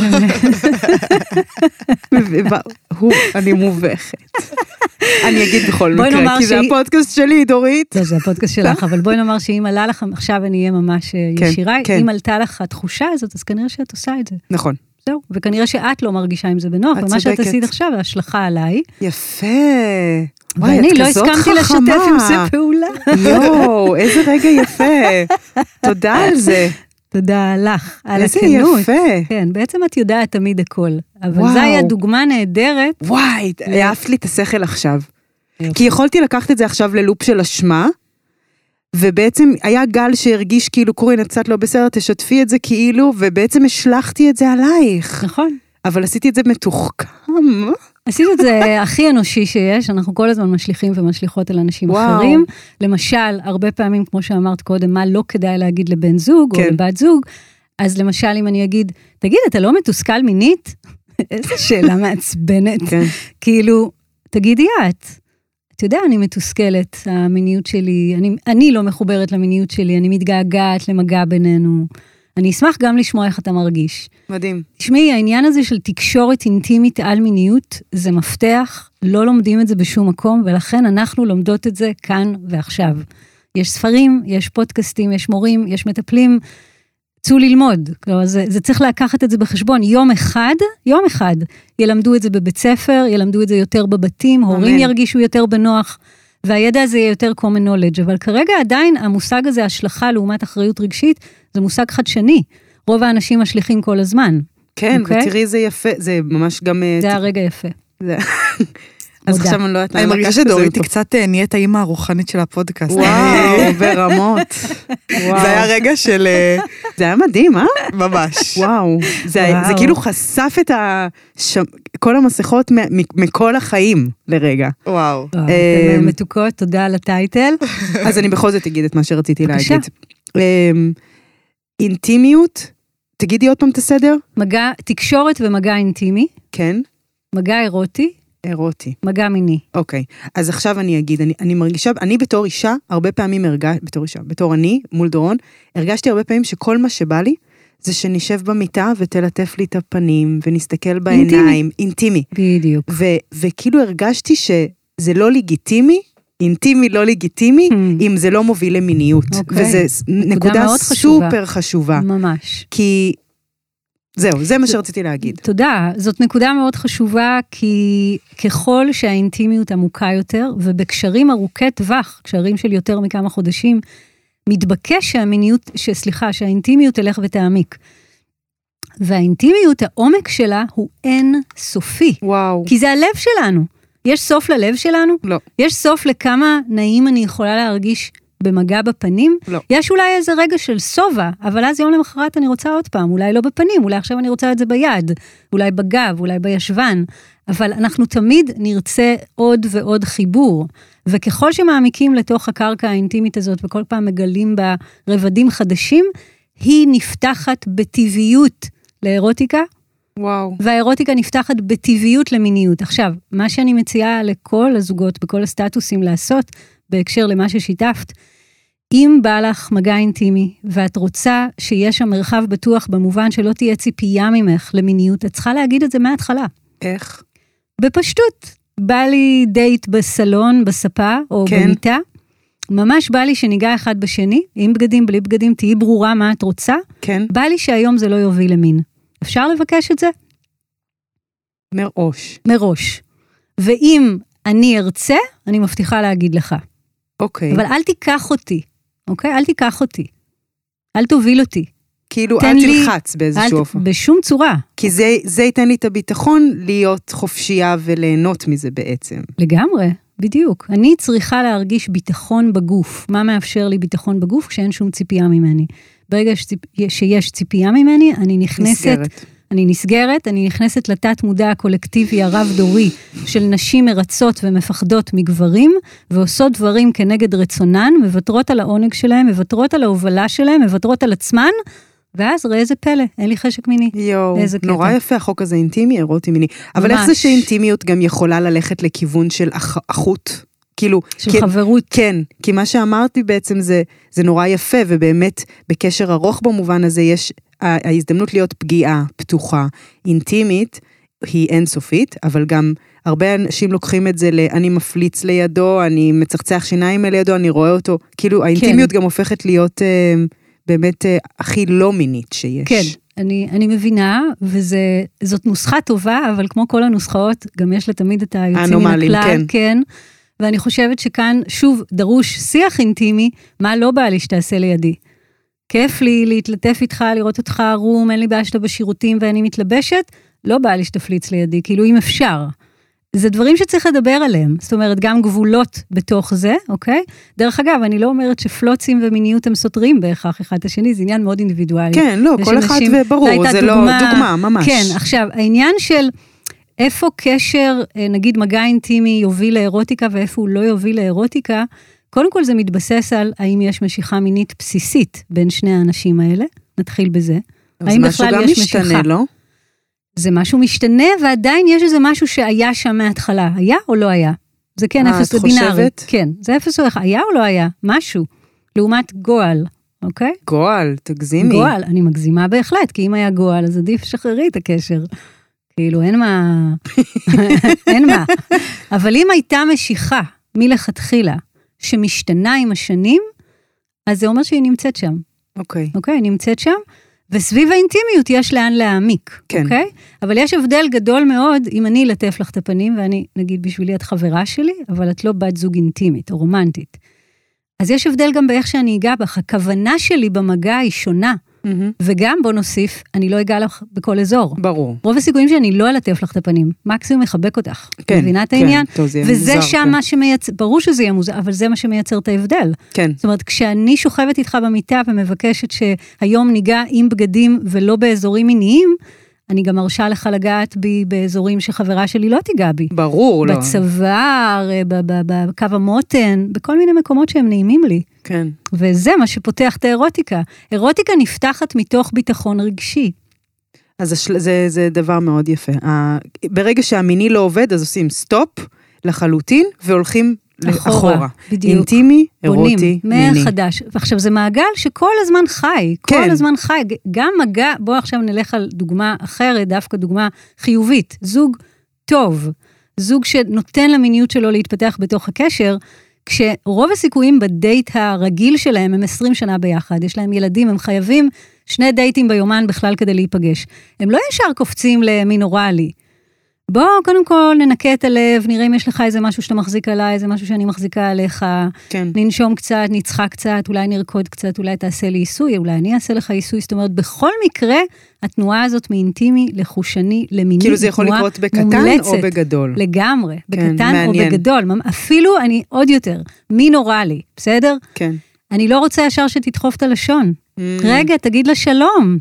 אני מובכת. אני אגיד בכל מקרה, כי זה הפודקאסט שלי, דורית. זה הפודקאסט שלך, אבל בואי נאמר שאם עלה לך, עכשיו אני אהיה ממש ישירה, אם עלתה לך התחושה הזאת, אז כנראה שאת עושה את זה. נכון. זהו, וכנראה שאת לא מרגישה עם זה בנוח, ומה שאת עשית עכשיו, ההשלכה עליי. יפה. ואני לא הסכמתי לשתף עם זה פעולה. יואו, איזה רגע יפה. תודה על זה. תודה לך, על הכנות. איזה יפה. כן, בעצם את יודעת תמיד הכל. אבל זו היה דוגמה נהדרת. וואי, העפת לי את השכל עכשיו. כי יכולתי לקחת את זה עכשיו ללופ של אשמה, ובעצם היה גל שהרגיש כאילו, קורין, את קצת לא בסדר, תשתפי את זה כאילו, ובעצם השלחתי את זה עלייך. נכון. אבל עשיתי את זה מתוחכם. עשיתי את זה הכי אנושי שיש, אנחנו כל הזמן משליחים ומשליחות על אנשים אחרים. למשל, הרבה פעמים, כמו שאמרת קודם, מה לא כדאי להגיד לבן זוג או לבת זוג, אז למשל, אם אני אגיד, תגיד, אתה לא מתוסכל מינית? איזו שאלה מעצבנת. כאילו, תגידי את יודע, אני מתוסכלת, המיניות שלי, אני לא מחוברת למיניות שלי, אני מתגעגעת למגע בינינו. אני אשמח גם לשמוע איך אתה מרגיש. מדהים. תשמעי, העניין הזה של תקשורת אינטימית על מיניות, זה מפתח, לא לומדים את זה בשום מקום, ולכן אנחנו לומדות את זה כאן ועכשיו. יש ספרים, יש פודקאסטים, יש מורים, יש מטפלים, צאו ללמוד. כלומר, זה צריך לקחת את זה בחשבון. יום אחד, ילמדו את זה בבית ספר, ילמדו את זה יותר בבתים, הורים ירגישו יותר בנוח, והידע הזה יהיה יותר common knowledge, אבל כרגע עדיין המושג הזה, השלכה לעומת אחריות רגשית, זה מושג חדשני. רוב האנשים משליחים כל הזמן. כן, ותראי זה יפה, זה ממש גם... זה הרגע יפה. אז עכשיו אני לא יודעת... אני מרגישה שדורית היא קצת נהיית האמא הרוחנית של הפודקאסט. וואו, ברמות. זה היה רגע של... זה היה מדהים, אה? ממש. וואו. זה כאילו חשף את כל המסכות מכל החיים לרגע. וואו. מתוקות, תודה על הטייטל. אז אני בכל זאת אגיד את מה שרציתי להגיד. אינטימיות, תגידי עוד פעם את הסדר? תקשורת ומגע אינטימי. כן. מגע אירוטי. מגע מיני. אוקיי, אז עכשיו אני אגיד, אני מרגישה, אני בתור אישה, הרבה פעמים בתור אני, מול דורון, הרגשתי הרבה פעמים שכל מה שבא לי, זה שנשב במיטה ותלטף לי את הפנים, ונסתכל בעיניים, אינטימי. בדיוק. וכאילו הרגשתי שזה לא לגיטימי, אינטימי לא לגיטימי, אם זה לא מוביל למיניות. וזה נקודה סופר חשובה. ממש. כי... זהו, זה מה שרציתי להגיד. תודה, זאת נקודה מאוד חשובה, כי ככל שהאינטימיות עמוקה יותר, ובקשרים ארוכי טווח, קשרים של יותר מכמה חודשים, מתבקש שהאינטימיות תלך ותעמיק. והאינטימיות, העומק שלה, הוא אין סופי. וואו. כי זה הלב שלנו. יש סוף ללב שלנו? לא. יש סוף לכמה נעים אני יכולה להרגיש במגע בפנים? לא. יש אולי איזה רגע של סובה, אבל אז יום למחרת אני רוצה עוד פעם, אולי לא בפנים, אולי עכשיו אני רוצה את זה ביד, אולי בגב, אולי בישבן, אבל אנחנו תמיד נרצה עוד ועוד חיבור, וככל שמעמיקים לתוך הקרקע האינטימית הזאת, וכל פעם מגלים בה רבדים חדשים, היא נפתחת בטבעיות לאירוטיקה, וואו. והאירוטיקה נפתחת בטבעיות למיניות. עכשיו, מה שאני מציעה לכל הזוגות, בכל הסטטוסים לעשות, בהקשר למה ששיתפת, אם בא לך מגע אינטימי, ואת רוצה שיש שם מרחב בטוח, במובן שלא תהיה ציפייה ממך למיניות, את צריכה להגיד את זה מההתחלה. איך? בפשטות. בא לי דייט בסלון, בספה, או במיטה, ממש בא לי שניגע אחד בשני, עם בגדים, בלי בגדים, תהי ברורה מה את רוצה, כן. בא לי שהיום זה לא יוביל למין. אפשר לבקש את זה? מראש. ואם אני ארצה, אני מבטיחה להגיד לך. אוקיי. אבל אל תיקח אותי, אוקיי? אל תיקח אותי. אל תוביל אותי. כאילו, אל תלחץ באיזשהו אופן. בשום צורה. כי זה ייתן לי את הביטחון להיות חופשייה וליהנות מזה בעצם. לגמרי, בדיוק. אני צריכה להרגיש ביטחון בגוף. מה מאפשר לי ביטחון בגוף כשאין שום ציפייה ממני? ברגע שיש ציפייה ממני, אני נסגרת, אני נכנסת לתת מודע הקולקטיבי הרב דורי של נשים מרצות ומפחדות מגברים, ועושות דברים כנגד רצונן, מבטרות על העונג שלהם, מבטרות על ההובלה שלהם, מבטרות על עצמן, ואז ראה איזה פלא, אין לי חשק מיני. יואו, נורא יפה, החוק הזה אינטימי, אירוטי מיני. אבל איך זה שאינטימיות גם יכולה ללכת לכיוון של אחות? כאילו, של חברות. כן, כי מה שאמרתי בעצם זה נורא יפה, ובאמת בקשר ארוך במובן הזה יש ההזדמנות להיות פגיעה, פתוחה, אינטימית, היא אינסופית, אבל גם הרבה אנשים לוקחים את זה אני מפליץ לידו, אני מצחצח שיניים לידו, אני רואה אותו, כאילו האינטימיות גם הופכת להיות באמת הכי לא מינית שיש. כן, אני מבינה, וזאת נוסחה טובה, אבל כמו כל הנוסחאות, גם יש לה תמיד את היוצאים מן הכלל, כן. ואני חושבת שכאן, שוב, דרוש שיח אינטימי, מה לא בא לי שתעשה לידי. כיף לי להתלטף איתך, לראות אותך ערום, אין לי בעיה שאתה בשירותים ואני מתלבשת, לא בא לי שתפליץ לידי, כאילו אם אפשר. זה דברים שצריך לדבר עליהם, זאת אומרת, גם גבולות בתוך זה, אוקיי? דרך אגב, אני לא אומרת שפלוצים ומיניות הם סותרים בהכרח אחד השני, זה עניין מאוד אינדיבידואלי. כן, לא, כל אחד וברור, זה לא דוגמה, ממש. כן, עכשיו, העניין של איפה קשר, נגיד מגע אינטימי יוביל לאירוטיקה, ואיפה הוא לא יוביל לאירוטיקה, קודם כל זה מתבסס על האם יש משיכה מינית בסיסית בין שני האנשים האלה, נתחיל בזה. האם בכלל יש משיכה? משתנה, לא? זה משהו משתנה, ועדיין יש איזה משהו שהיה שם מההתחלה. היה או לא היה? זה כן אפס ובינארי. כן, זה אפס או אחד. היה או לא היה? משהו. לעומת גועל, אוקיי? גועל, תגזימי. גועל, אני מגזימה בהחלט, כי אם היה גועל, אז עדיף שחררי את הקשר. כאילו, אין מה. אין מה. אבל אם הייתה משיכה מלכתחילה, שמשתנה עם השנים, אז זה אומר שהיא נמצאת שם. אוקיי. אוקיי, היא נמצאת שם, וסביב האינטימיות יש לאן להעמיק. כן. אוקיי? אבל יש הבדל גדול מאוד, אם אני אלטף לך את הפנים, ואני, נגיד, בשבילי את חברה שלי, אבל את לא בת זוג אינטימית או רומנטית. אז יש הבדל גם באיך שאני אגע בך. הכוונה שלי במגע היא שונה. וגם, בוא נוסיף, אני לא אגע לך בכל אזור. ברור. רוב הסיכויים שאני לא אלטף לך את הפנים, מקסימום מחבק אותך. כן, מבינה את העניין? כן, טוב, זה יהיה וזה מוזר, שם כן. מה שמייצר, ברור שזה יהיה מוזר, אבל זה מה שמייצר את ההבדל. כן. זאת אומרת, כשאני שוכבת איתך במיטה ומבקשת שהיום ניגע עם בגדים ולא באזורים מיניים, אני גם מרשה לך לגעת בי באזורים שחברה שלי לא תיגע בי. ברור, לא. בצוואר, בקו המותן, בכל מיני מקומות שהם נעימים לי. כן. וזה מה שפותח את האירוטיקה. אירוטיקה נפתחת מתוך ביטחון רגשי. אז זה דבר מאוד יפה. ברגע שהמיני לא עובד, אז עושים סטופ לחלוטין, והולכים אחורה. בדיוק. אינטימי, אירוטי, מיני. מחדש. ועכשיו זה מעגל שכל הזמן חי. כן. כל הזמן חי. גם מגע, בוא עכשיו נלך על דוגמה אחרת, דווקא דוגמה חיובית. זוג טוב. זוג שנותן למיניות שלו להתפתח בתוך הקשר, כשרוב הסיכויים בדייט הרגיל שלהם הם 20 שנה ביחד, יש להם ילדים, הם חייבים 2 דייטים ביומן בכלל כדי להיפגש. הם לא ישר קופצים למין אוראלי. בוא, קודם כל ננקה את הלב, נראה אם יש לך איזה משהו שאתה מחזיק עליי, איזה משהו שאני מחזיקה עליך, כן. ננשום קצת, נצחק קצת, אולי נרקוד קצת, אולי תעשה לי עיסוי, אולי אני אעשה לך עיסוי, זאת אומרת, בכל מקרה, התנועה הזאת מאינטימי, לחושני, למיני, כאילו זה יכול לקרות בקטן מומלצת, או בגדול? לגמרי, כן, בקטן מעניין. או בגדול, אפילו אני עוד יותר, מין אוראלי, בסדר? כן. אני לא רוצה ישר שתדחוף את הלשון. רגע, תגיד לה שלום.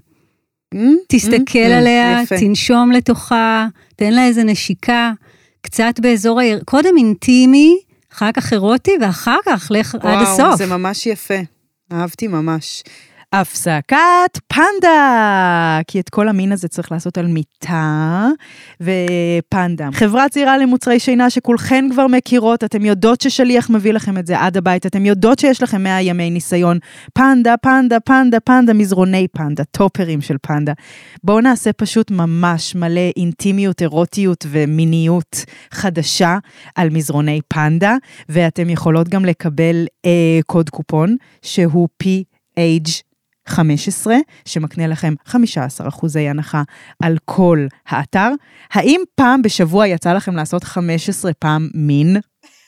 תסתכל עליה, יפה. תנשום לתוכה, תן לה איזה נשיקה, קצת באזור קודם אינטימי, אחר כך אירוטי, ואחר כך לך עד הסוף. וואו, זה ממש יפה. אהבתי ממש. הפסקת פנדה, כי את כל המין הזה צריך לעשות על מיטה ופנדה. חברה צעירה למוצרי שינה שכולכן כבר מכירות, אתם יודעות ששליח מביא לכם את זה עד הבית, אתם יודעות שיש לכם 100 ימי ניסיון. פנדה, פנדה, פנדה, פנדה, מזרוני פנדה, טופרים של פנדה. בואו נעשה פשוט ממש מלא אינטימיות, אירוטיות ומיניות חדשה על מזרוני פנדה, ואתם יכולות גם לקבל קוד קופון שהוא PH 15, שמקנה לכם 15% הנחה על כל האתר. האם פעם בשבוע יצא לכם לעשות 15 פעם מין?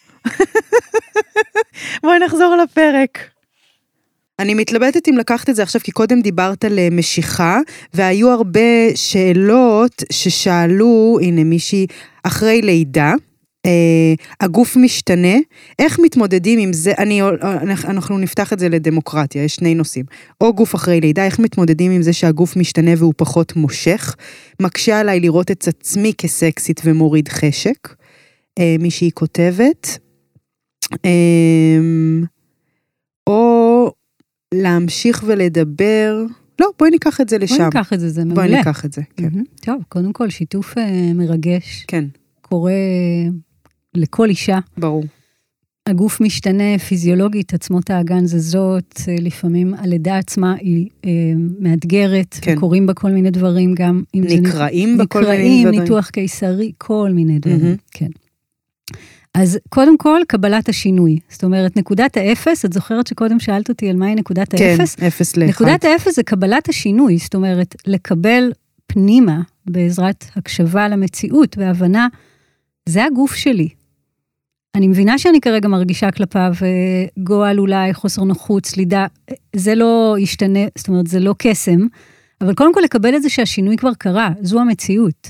בואי נחזור לפרק. אני מתלבטת אם לקחת את זה עכשיו, כי קודם דיברת על משיכה, והיו הרבה שאלות ששאלו, הנה מישהי, אחרי לידה, הגוף משתנה, איך מתמודדים עם זה, אנחנו נפתח את זה לדמוקרטיה, יש 2 נושאים, או גוף אחרי לידה, איך מתמודדים עם זה שהגוף משתנה והוא פחות מושך, מקשה עליי לראות את עצמי כסקסית ומוריד חשק, מישהי כותבת, או להמשיך ולדבר, לא, בואי ניקח את זה לשם. בואי ניקח את זה, זה מעולה. בואי ניקח את זה, כן. טוב, קודם כל, שיתוף מרגש. כן. קורה לכל אישה. ברור. הגוף משתנה פיזיולוגית, עצמות האגן זזות, לפעמים הלידה עצמה היא מאתגרת, כן. קוראים בה כל מיני דברים גם. נקראים בה כל מיני דברים. ניתוח קיסרי, כל מיני דברים, כן. אז קודם כל, קבלת השינוי. זאת אומרת, נקודת האפס, את זוכרת שקודם שאלת אותי על מהי נקודת האפס? כן, אפס לאחד. נקודת האפס זה קבלת השינוי, זאת אומרת, לקבל פנימה, בעזרת הקשבה למציאות והבנה, זה הגוף שלי. אני מבינה שאני כרגע מרגישה כלפיו, גועל אולי, חוסר נוחות, סלידה, זה לא ישתנה, זאת אומרת, זה לא קסם, אבל קודם כל לקבל את זה שהשינוי כבר קרה, זו המציאות.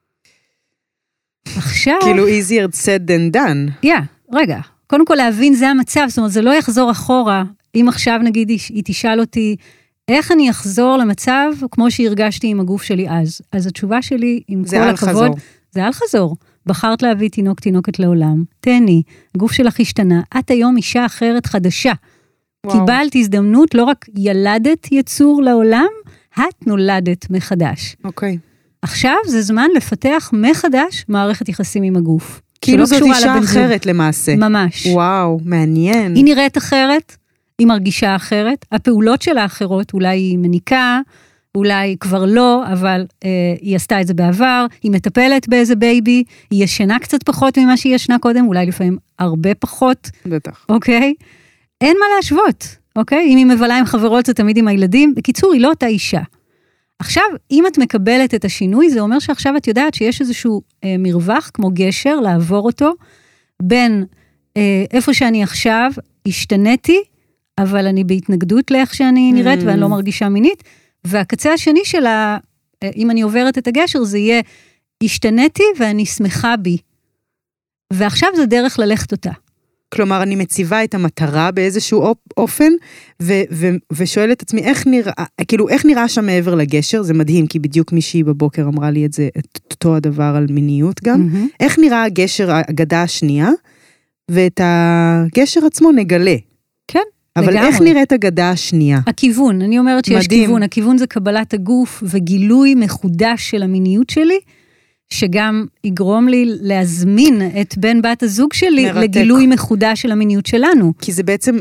עכשיו... כאילו easier said than done. רגע, קודם כל להבין זה המצב, זאת אומרת, זה לא יחזור אחורה, אם עכשיו נגיד היא תשאל אותי, איך אני אחזור למצב כמו שהרגשתי עם הגוף שלי אז? אז התשובה שלי, עם כל הכבוד, זה על חזור. בחרת להביא תינוקת לעולם, תהני, הגוף שלך השתנה, את היום אישה אחרת חדשה. קיבלת הזדמנות, לא רק ילדת יצור לעולם, את נולדת מחדש. אוקיי. עכשיו זה זמן לפתח מחדש מערכת יחסים עם הגוף. כאילו זאת אישה אחרת למעשה. ממש. וואו, מעניין. היא נראית אחרת, היא מרגישה אחרת, הפעולות שלה אחרות, אולי היא מניקה, אולי כבר לא, אבל היא עשתה את זה בעבר, היא מטפלת באיזה בייבי, היא ישנה קצת פחות ממה שהיא ישנה קודם, אולי לפעמים הרבה פחות. בטח. אוקיי? אין מה להשוות, אוקיי? אם היא מבלה עם חברות, זה תמיד עם הילדים. בקיצור, היא לא אותה אישה. עכשיו, אם את מקבלת את השינוי, זה אומר שעכשיו את יודעת שיש איזשהו מרווח, כמו גשר, לעבור אותו, בין איפה שאני עכשיו, השתניתי, אבל אני בהתנגדות לאיך שאני נראית, ואני לא מרגישה מינית, והקצה השני שלה, אם אני עוברת את הגשר, זה יהיה, השתניתי ואני שמחה בי. ועכשיו זה דרך ללכת אותה. כלומר, אני מציבה את המטרה באיזשהו אופן, ושואלת את עצמי, איך נראה שם מעבר לגשר? זה מדהים, כי בדיוק מישהי בבוקר אמרה לי את אותו הדבר על מיניות גם. איך נראה הגשר, הגדה השנייה? ואת הגשר עצמו נגלה. כן. אבל לגמרי. איך נראית הגדה השנייה? הכיוון, אני אומרת שיש מדהים. כיוון, הכיוון זה קבלת הגוף וגילוי מחודש של המיניות שלי, שגם יגרום לי להזמין את בן בת הזוג שלי מרתק. לגילוי מחודש של המיניות שלנו. כי זה בעצם,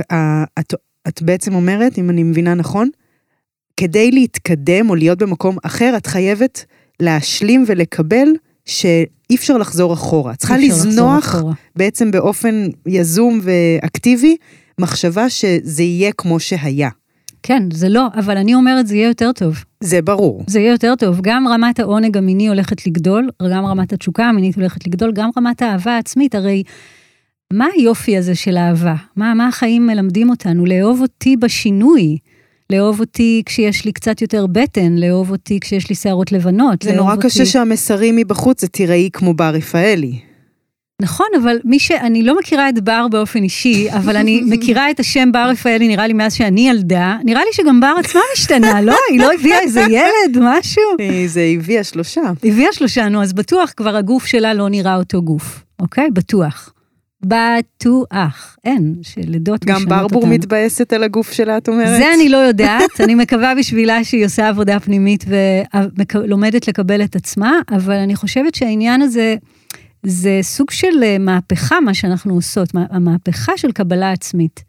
את בעצם אומרת, אם אני מבינה נכון, כדי להתקדם או להיות במקום אחר, את חייבת להשלים ולקבל שאי אפשר לחזור אחורה. צריכה לזנוח בעצם באופן יזום ואקטיבי, מחשבה שזה יהיה כמו שהיה. כן, זה לא, אבל אני אומרת, זה יהיה יותר טוב. זה ברור. זה יהיה יותר טוב. גם רמת העונג המיני הולכת לגדול, גם רמת התשוקה המינית הולכת לגדול, גם רמת האהבה העצמית. הרי, מה היופי הזה של האהבה? מה החיים מלמדים אותנו? לאהוב אותי בשינוי, לאהוב אותי כשיש לי קצת יותר בטן, לאהוב אותי כשיש לי שערות לבנות. זה נורא קשה שהמסרים מבחוץ, זה תראי כמו בר רפאלי. נכון, אבל אני לא מכירה את בר באופן אישי, אבל אני מכירה את השם בר רפאלי, נראה לי מאז שאני ילדה, נראה לי שגם בר עצמה משתנה, לא? היא לא הביאה איזה ילד, משהו. זה הביאה 3. הביאה 3, נו, אז בטוח כבר הגוף שלה לא נראה אותו גוף, אוקיי? בטוח. בטוח. אין, שלידות משנות אותנו. גם ברבור מתבאסת על הגוף שלה, את אומרת? זה אני לא יודעת, אני מקווה בשבילה שהיא עושה עבודה פנימית ולומדת לקבל את עצמה, אבל אני חושבת שהעניין הזה זה סוג של מהפכה, מה שאנחנו עושות, המהפכה של קבלה עצמית.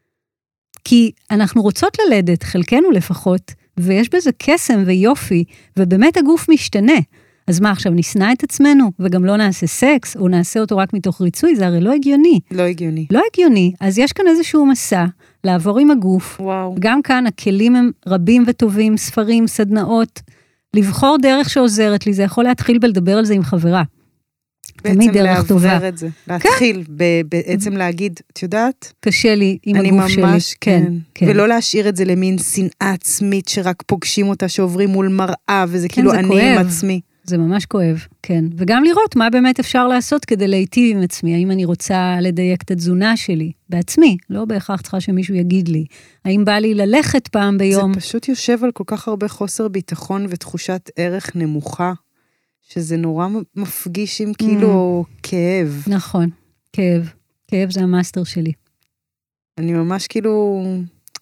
כי אנחנו רוצות ללדת, חלקנו לפחות, ויש בזה קסם ויופי, ובאמת הגוף משתנה. אז מה, עכשיו נשנא את עצמנו, וגם לא נעשה סקס, או נעשה אותו רק מתוך ריצוי, זה הרי לא הגיוני. לא הגיוני. לא הגיוני. אז יש כאן איזשהו מסע, לעבור עם הגוף. וואו. גם כאן הכלים הם רבים וטובים, ספרים, סדנאות, לבחור דרך שעוזרת לי, זה יכול להתחיל בלדבר על זה עם חברה. בעצם לעבר את זה, להתחיל, בעצם להגיד, את יודעת? קשה לי עם הגוף שלי. אני ממש, כן. ולא להשאיר את זה למין שנאה עצמית, שרק פוגשים אותה, שעוברים מול מראה, וזה כאילו אני עם עצמי. זה ממש כואב, כן. וגם לראות מה באמת אפשר לעשות כדי להיטיב עם עצמי, האם אני רוצה לדייק את התזונה שלי, בעצמי, לא בהכרח צריכה שמישהו יגיד לי, האם בא לי ללכת פעם ביום. זה פשוט יושב על כל כך הרבה חוסר ביטחון ותחושת ערך נמוכה, שזה נורא מפגיש עם כאילו כאב. נכון, כאב. כאב זה המאסטר שלי. אני ממש כאילו...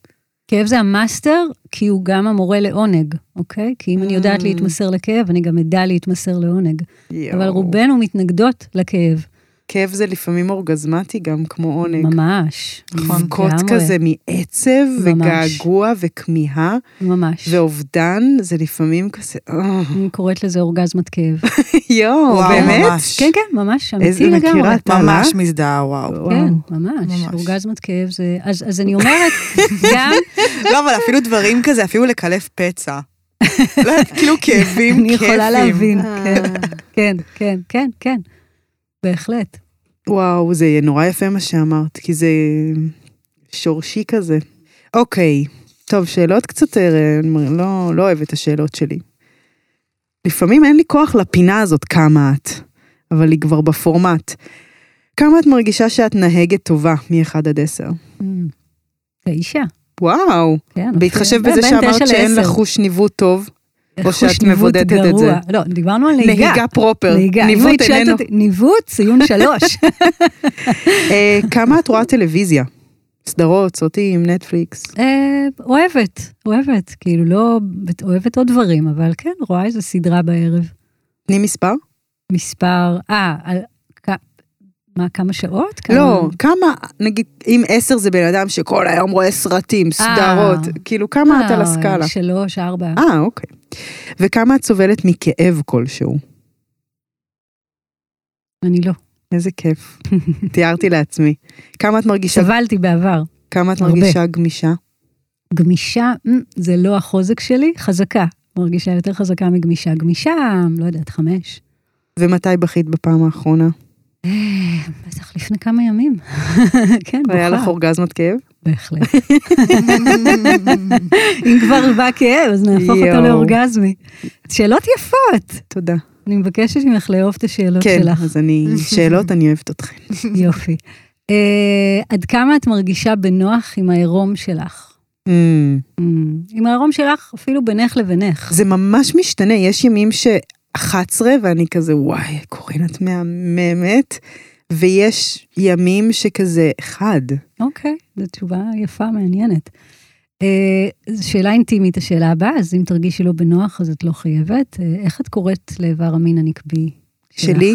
כאב זה המאסטר, כי הוא גם המורה לעונג, אוקיי? כי אם אני יודעת להתמסר לכאב, אני גם אדע להתמסר לעונג. אבל רובנו מתנגדות לכאב. כאב זה לפעמים אורגזמטי, גם כמו עונג. ממש. לבכות כזה מעצב, וגעגוע, וכמיהה. ממש. ואובדן, זה לפעמים כזה... אני קוראת לזה אורגזמת כאב. באמת? כן, כן, ממש, אמיתי לגמרי. ממש מזדהה, וואו. כן, ממש. אורגזמת כאב זה... אז אני אומרת, גם... לא, אבל אפילו דברים כזה, אפילו לקלף פצע. כאילו כאבים, אני יכולה להבין. כן, כן, כן, כן. בהחלט. וואו, זה נורא יפה מה שאמרת, כי זה שורשי כזה. אוקיי, טוב, שאלות קצת, לא אוהב את השאלות שלי. לפעמים אין לי כוח לפינה הזאת כמה את, אבל היא כבר בפורמט. כמה את מרגישה שאת נהגת טובה מ-1 עד 10? 9. וואו, בהתחשב בזה שאמרת שאין לך חוש ניווט טוב. או שאת מבודדת את זה. לא, דיברנו על נהיגה. נהיגה פרופר. ניווט איננו. ניווט, ציון 3. כמה את רואה טלוויזיה? סדרות, סרטים, נטפליקס? אוהבת. כאילו לא, אוהבת עוד דברים, אבל כן, רואה איזו סדרה בערב. תני מספר? מספר, מה, כמה שעות? לא, כמה, נגיד, אם 10 זה בן אדם שכל היום רואה סרטים, סדרות, כאילו כמה את על הסקאלה? 3, 4. אוקיי. וכמה את סובלת מכאב כלשהו? אני לא. איזה כיף. תיארתי לעצמי. כמה את מרגישה... סבלתי בעבר. כמה את מרגישה גמישה? גמישה, זה לא החוזק שלי, חזקה. מרגישה יותר חזקה מגמישה. גמישה, לא יודעת, 5. ומתי בכית בפעם האחרונה? בטח לפני כמה ימים. כן, בוכה. היה לך אורגזמת כאב? בהחלט. אם כבר בא כאב, אז נהפוך אותו לאורגזמי. שאלות יפות. תודה. אני מבקשת ממך לאהוב את השאלות שלך. כן, אז שאלות, אני אוהבת אתכן. יופי. עד כמה את מרגישה בנוח עם העירום שלך? עם העירום שלך, אפילו בינך לבינך. זה ממש משתנה, יש ימים 11 ואני כזה, וואי, קורין את מהממת, ויש ימים שכזה 1. אוקיי, זו תשובה יפה, מעניינת. זו שאלה אינטימית, השאלה הבאה, אז אם תרגישי לא בנוח, אז את לא חייבת. איך את קוראת לאיבר המין הנקבי שלך? שלי?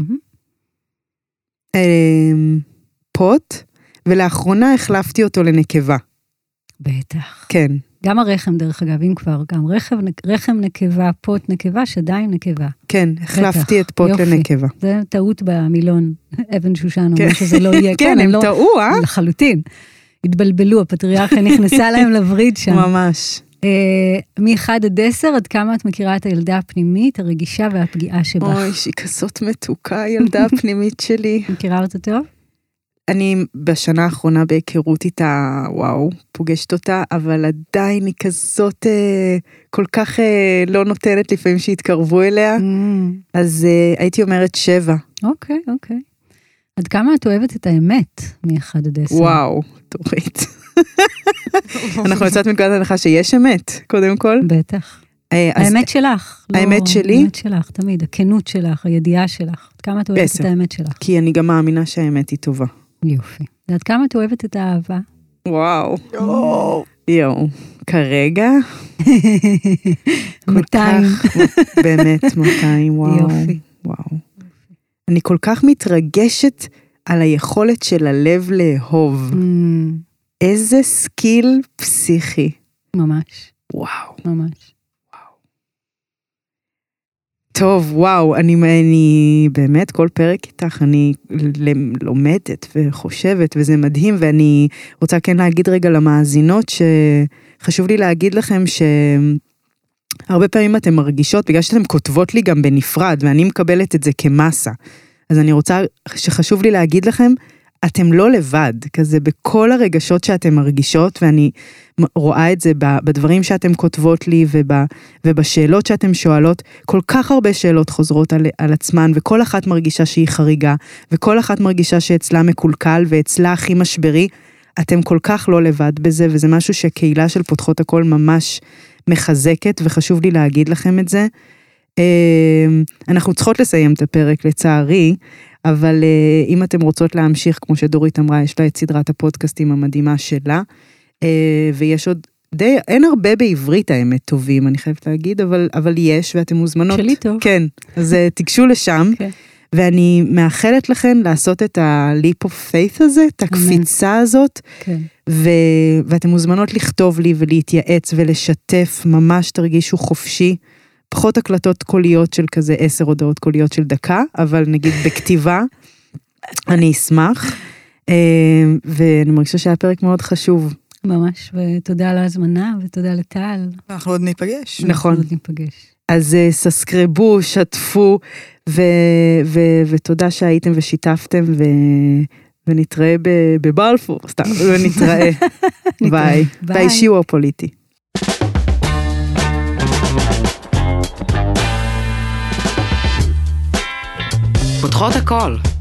פוט, ולאחרונה החלפתי אותו לנקבה. בטח. כן. גם הרחם, דרך אגב, אם כבר, גם רחם נקבה, פוט נקבה, שדיים נקבה. כן, החלפתי את פוט לנקבה. זה טעות במילון, אבן שושן, אומר שזה לא יהיה. כן, הם טעו, לחלוטין. התבלבלו, הפטריארכיה נכנסה להם לבריד שם. ממש. מ-1 עד 10, עד כמה את מכירה את הילדה הפנימית, הרגישה והפגיעה שבך? אוי, שהיא כזאת מתוקה, הילדה הפנימית שלי. מכירה אותה טוב? אני בשנה האחרונה בהיכרות איתה, וואו, פוגשת אותה, אבל עדיין היא כזאת כל כך לא נותנת לפעמים שהתקרבו אליה, אז הייתי אומרת 7. אוקיי. עד כמה את אוהבת את האמת מ-1 עד 10? וואו, תורית. אנחנו יוצאת מנקודת הנחה שיש אמת, קודם כל. בטח. האמת שלך. האמת שלי? האמת שלך, תמיד, הכנות שלך, הידיעה שלך. עד כמה את אוהבת את האמת שלך? כי אני גם מאמינה שהאמת היא טובה. יופי. ועד כמה את אוהבת את האהבה? וואו. יואו. כרגע? 200. באמת 200, וואו. יופי. וואו. אני כל כך מתרגשת על היכולת של הלב לאהוב. איזה סקיל פסיכי. ממש. וואו. ממש. טוב, וואו, אני באמת כל פרק איתך, אני לומדת וחושבת, וזה מדהים, ואני רוצה כן להגיד רגע למאזינות, שחשוב לי להגיד לכם שהרבה פעמים אתן מרגישות, בגלל שאתן כותבות לי גם בנפרד, ואני מקבלת את זה כמסה, אז אני רוצה, שחשוב לי להגיד לכם, אתם לא לבד, כזה בכל הרגשות שאתם מרגישות, ואני רואה את זה בדברים שאתם כותבות לי, ובשאלות שאתם שואלות, כל כך הרבה שאלות חוזרות על עצמן, וכל אחת מרגישה שהיא חריגה, וכל אחת מרגישה שאצלה מקולקל, ואצלה הכי משברי, אתם כל כך לא לבד בזה, וזה משהו שקהילה של פותחות הכל ממש מחזקת, וחשוב לי להגיד לכם את זה. אנחנו צריכות לסיים את הפרק לצערי, אבל אם אתם רוצות להמשיך, כמו שדורית אמרה, יש לה את סדרת הפודקאסטים המדהימה שלה, ויש עוד אין הרבה בעברית האמת טובים, אני חייבת להגיד, אבל יש, ואתם מוזמנות. שלי טוב. כן, אז תיגשו לשם, ואני מאחלת לכם לעשות את ה-leap of faith הזה, את הקפיצה הזאת, ואתם מוזמנות לכתוב לי ולהתייעץ ולשתף, ממש תרגישו חופשי, פחות הקלטות קוליות של כזה 10 הודעות קוליות של דקה, אבל נגיד בכתיבה, אני אשמח, ואני מרגישה שהיה פרק מאוד חשוב. ממש, ותודה על ההזמנה, ותודה לטל. אנחנו עוד ניפגש. נכון. עוד ניפגש. אז ססקרבו, שתפו, ותודה שהייתם ושיתפתם, ונתראה בבלפור, סתם, ונתראה. ביי. ביי שיעור פוליטי. פותחות הכל.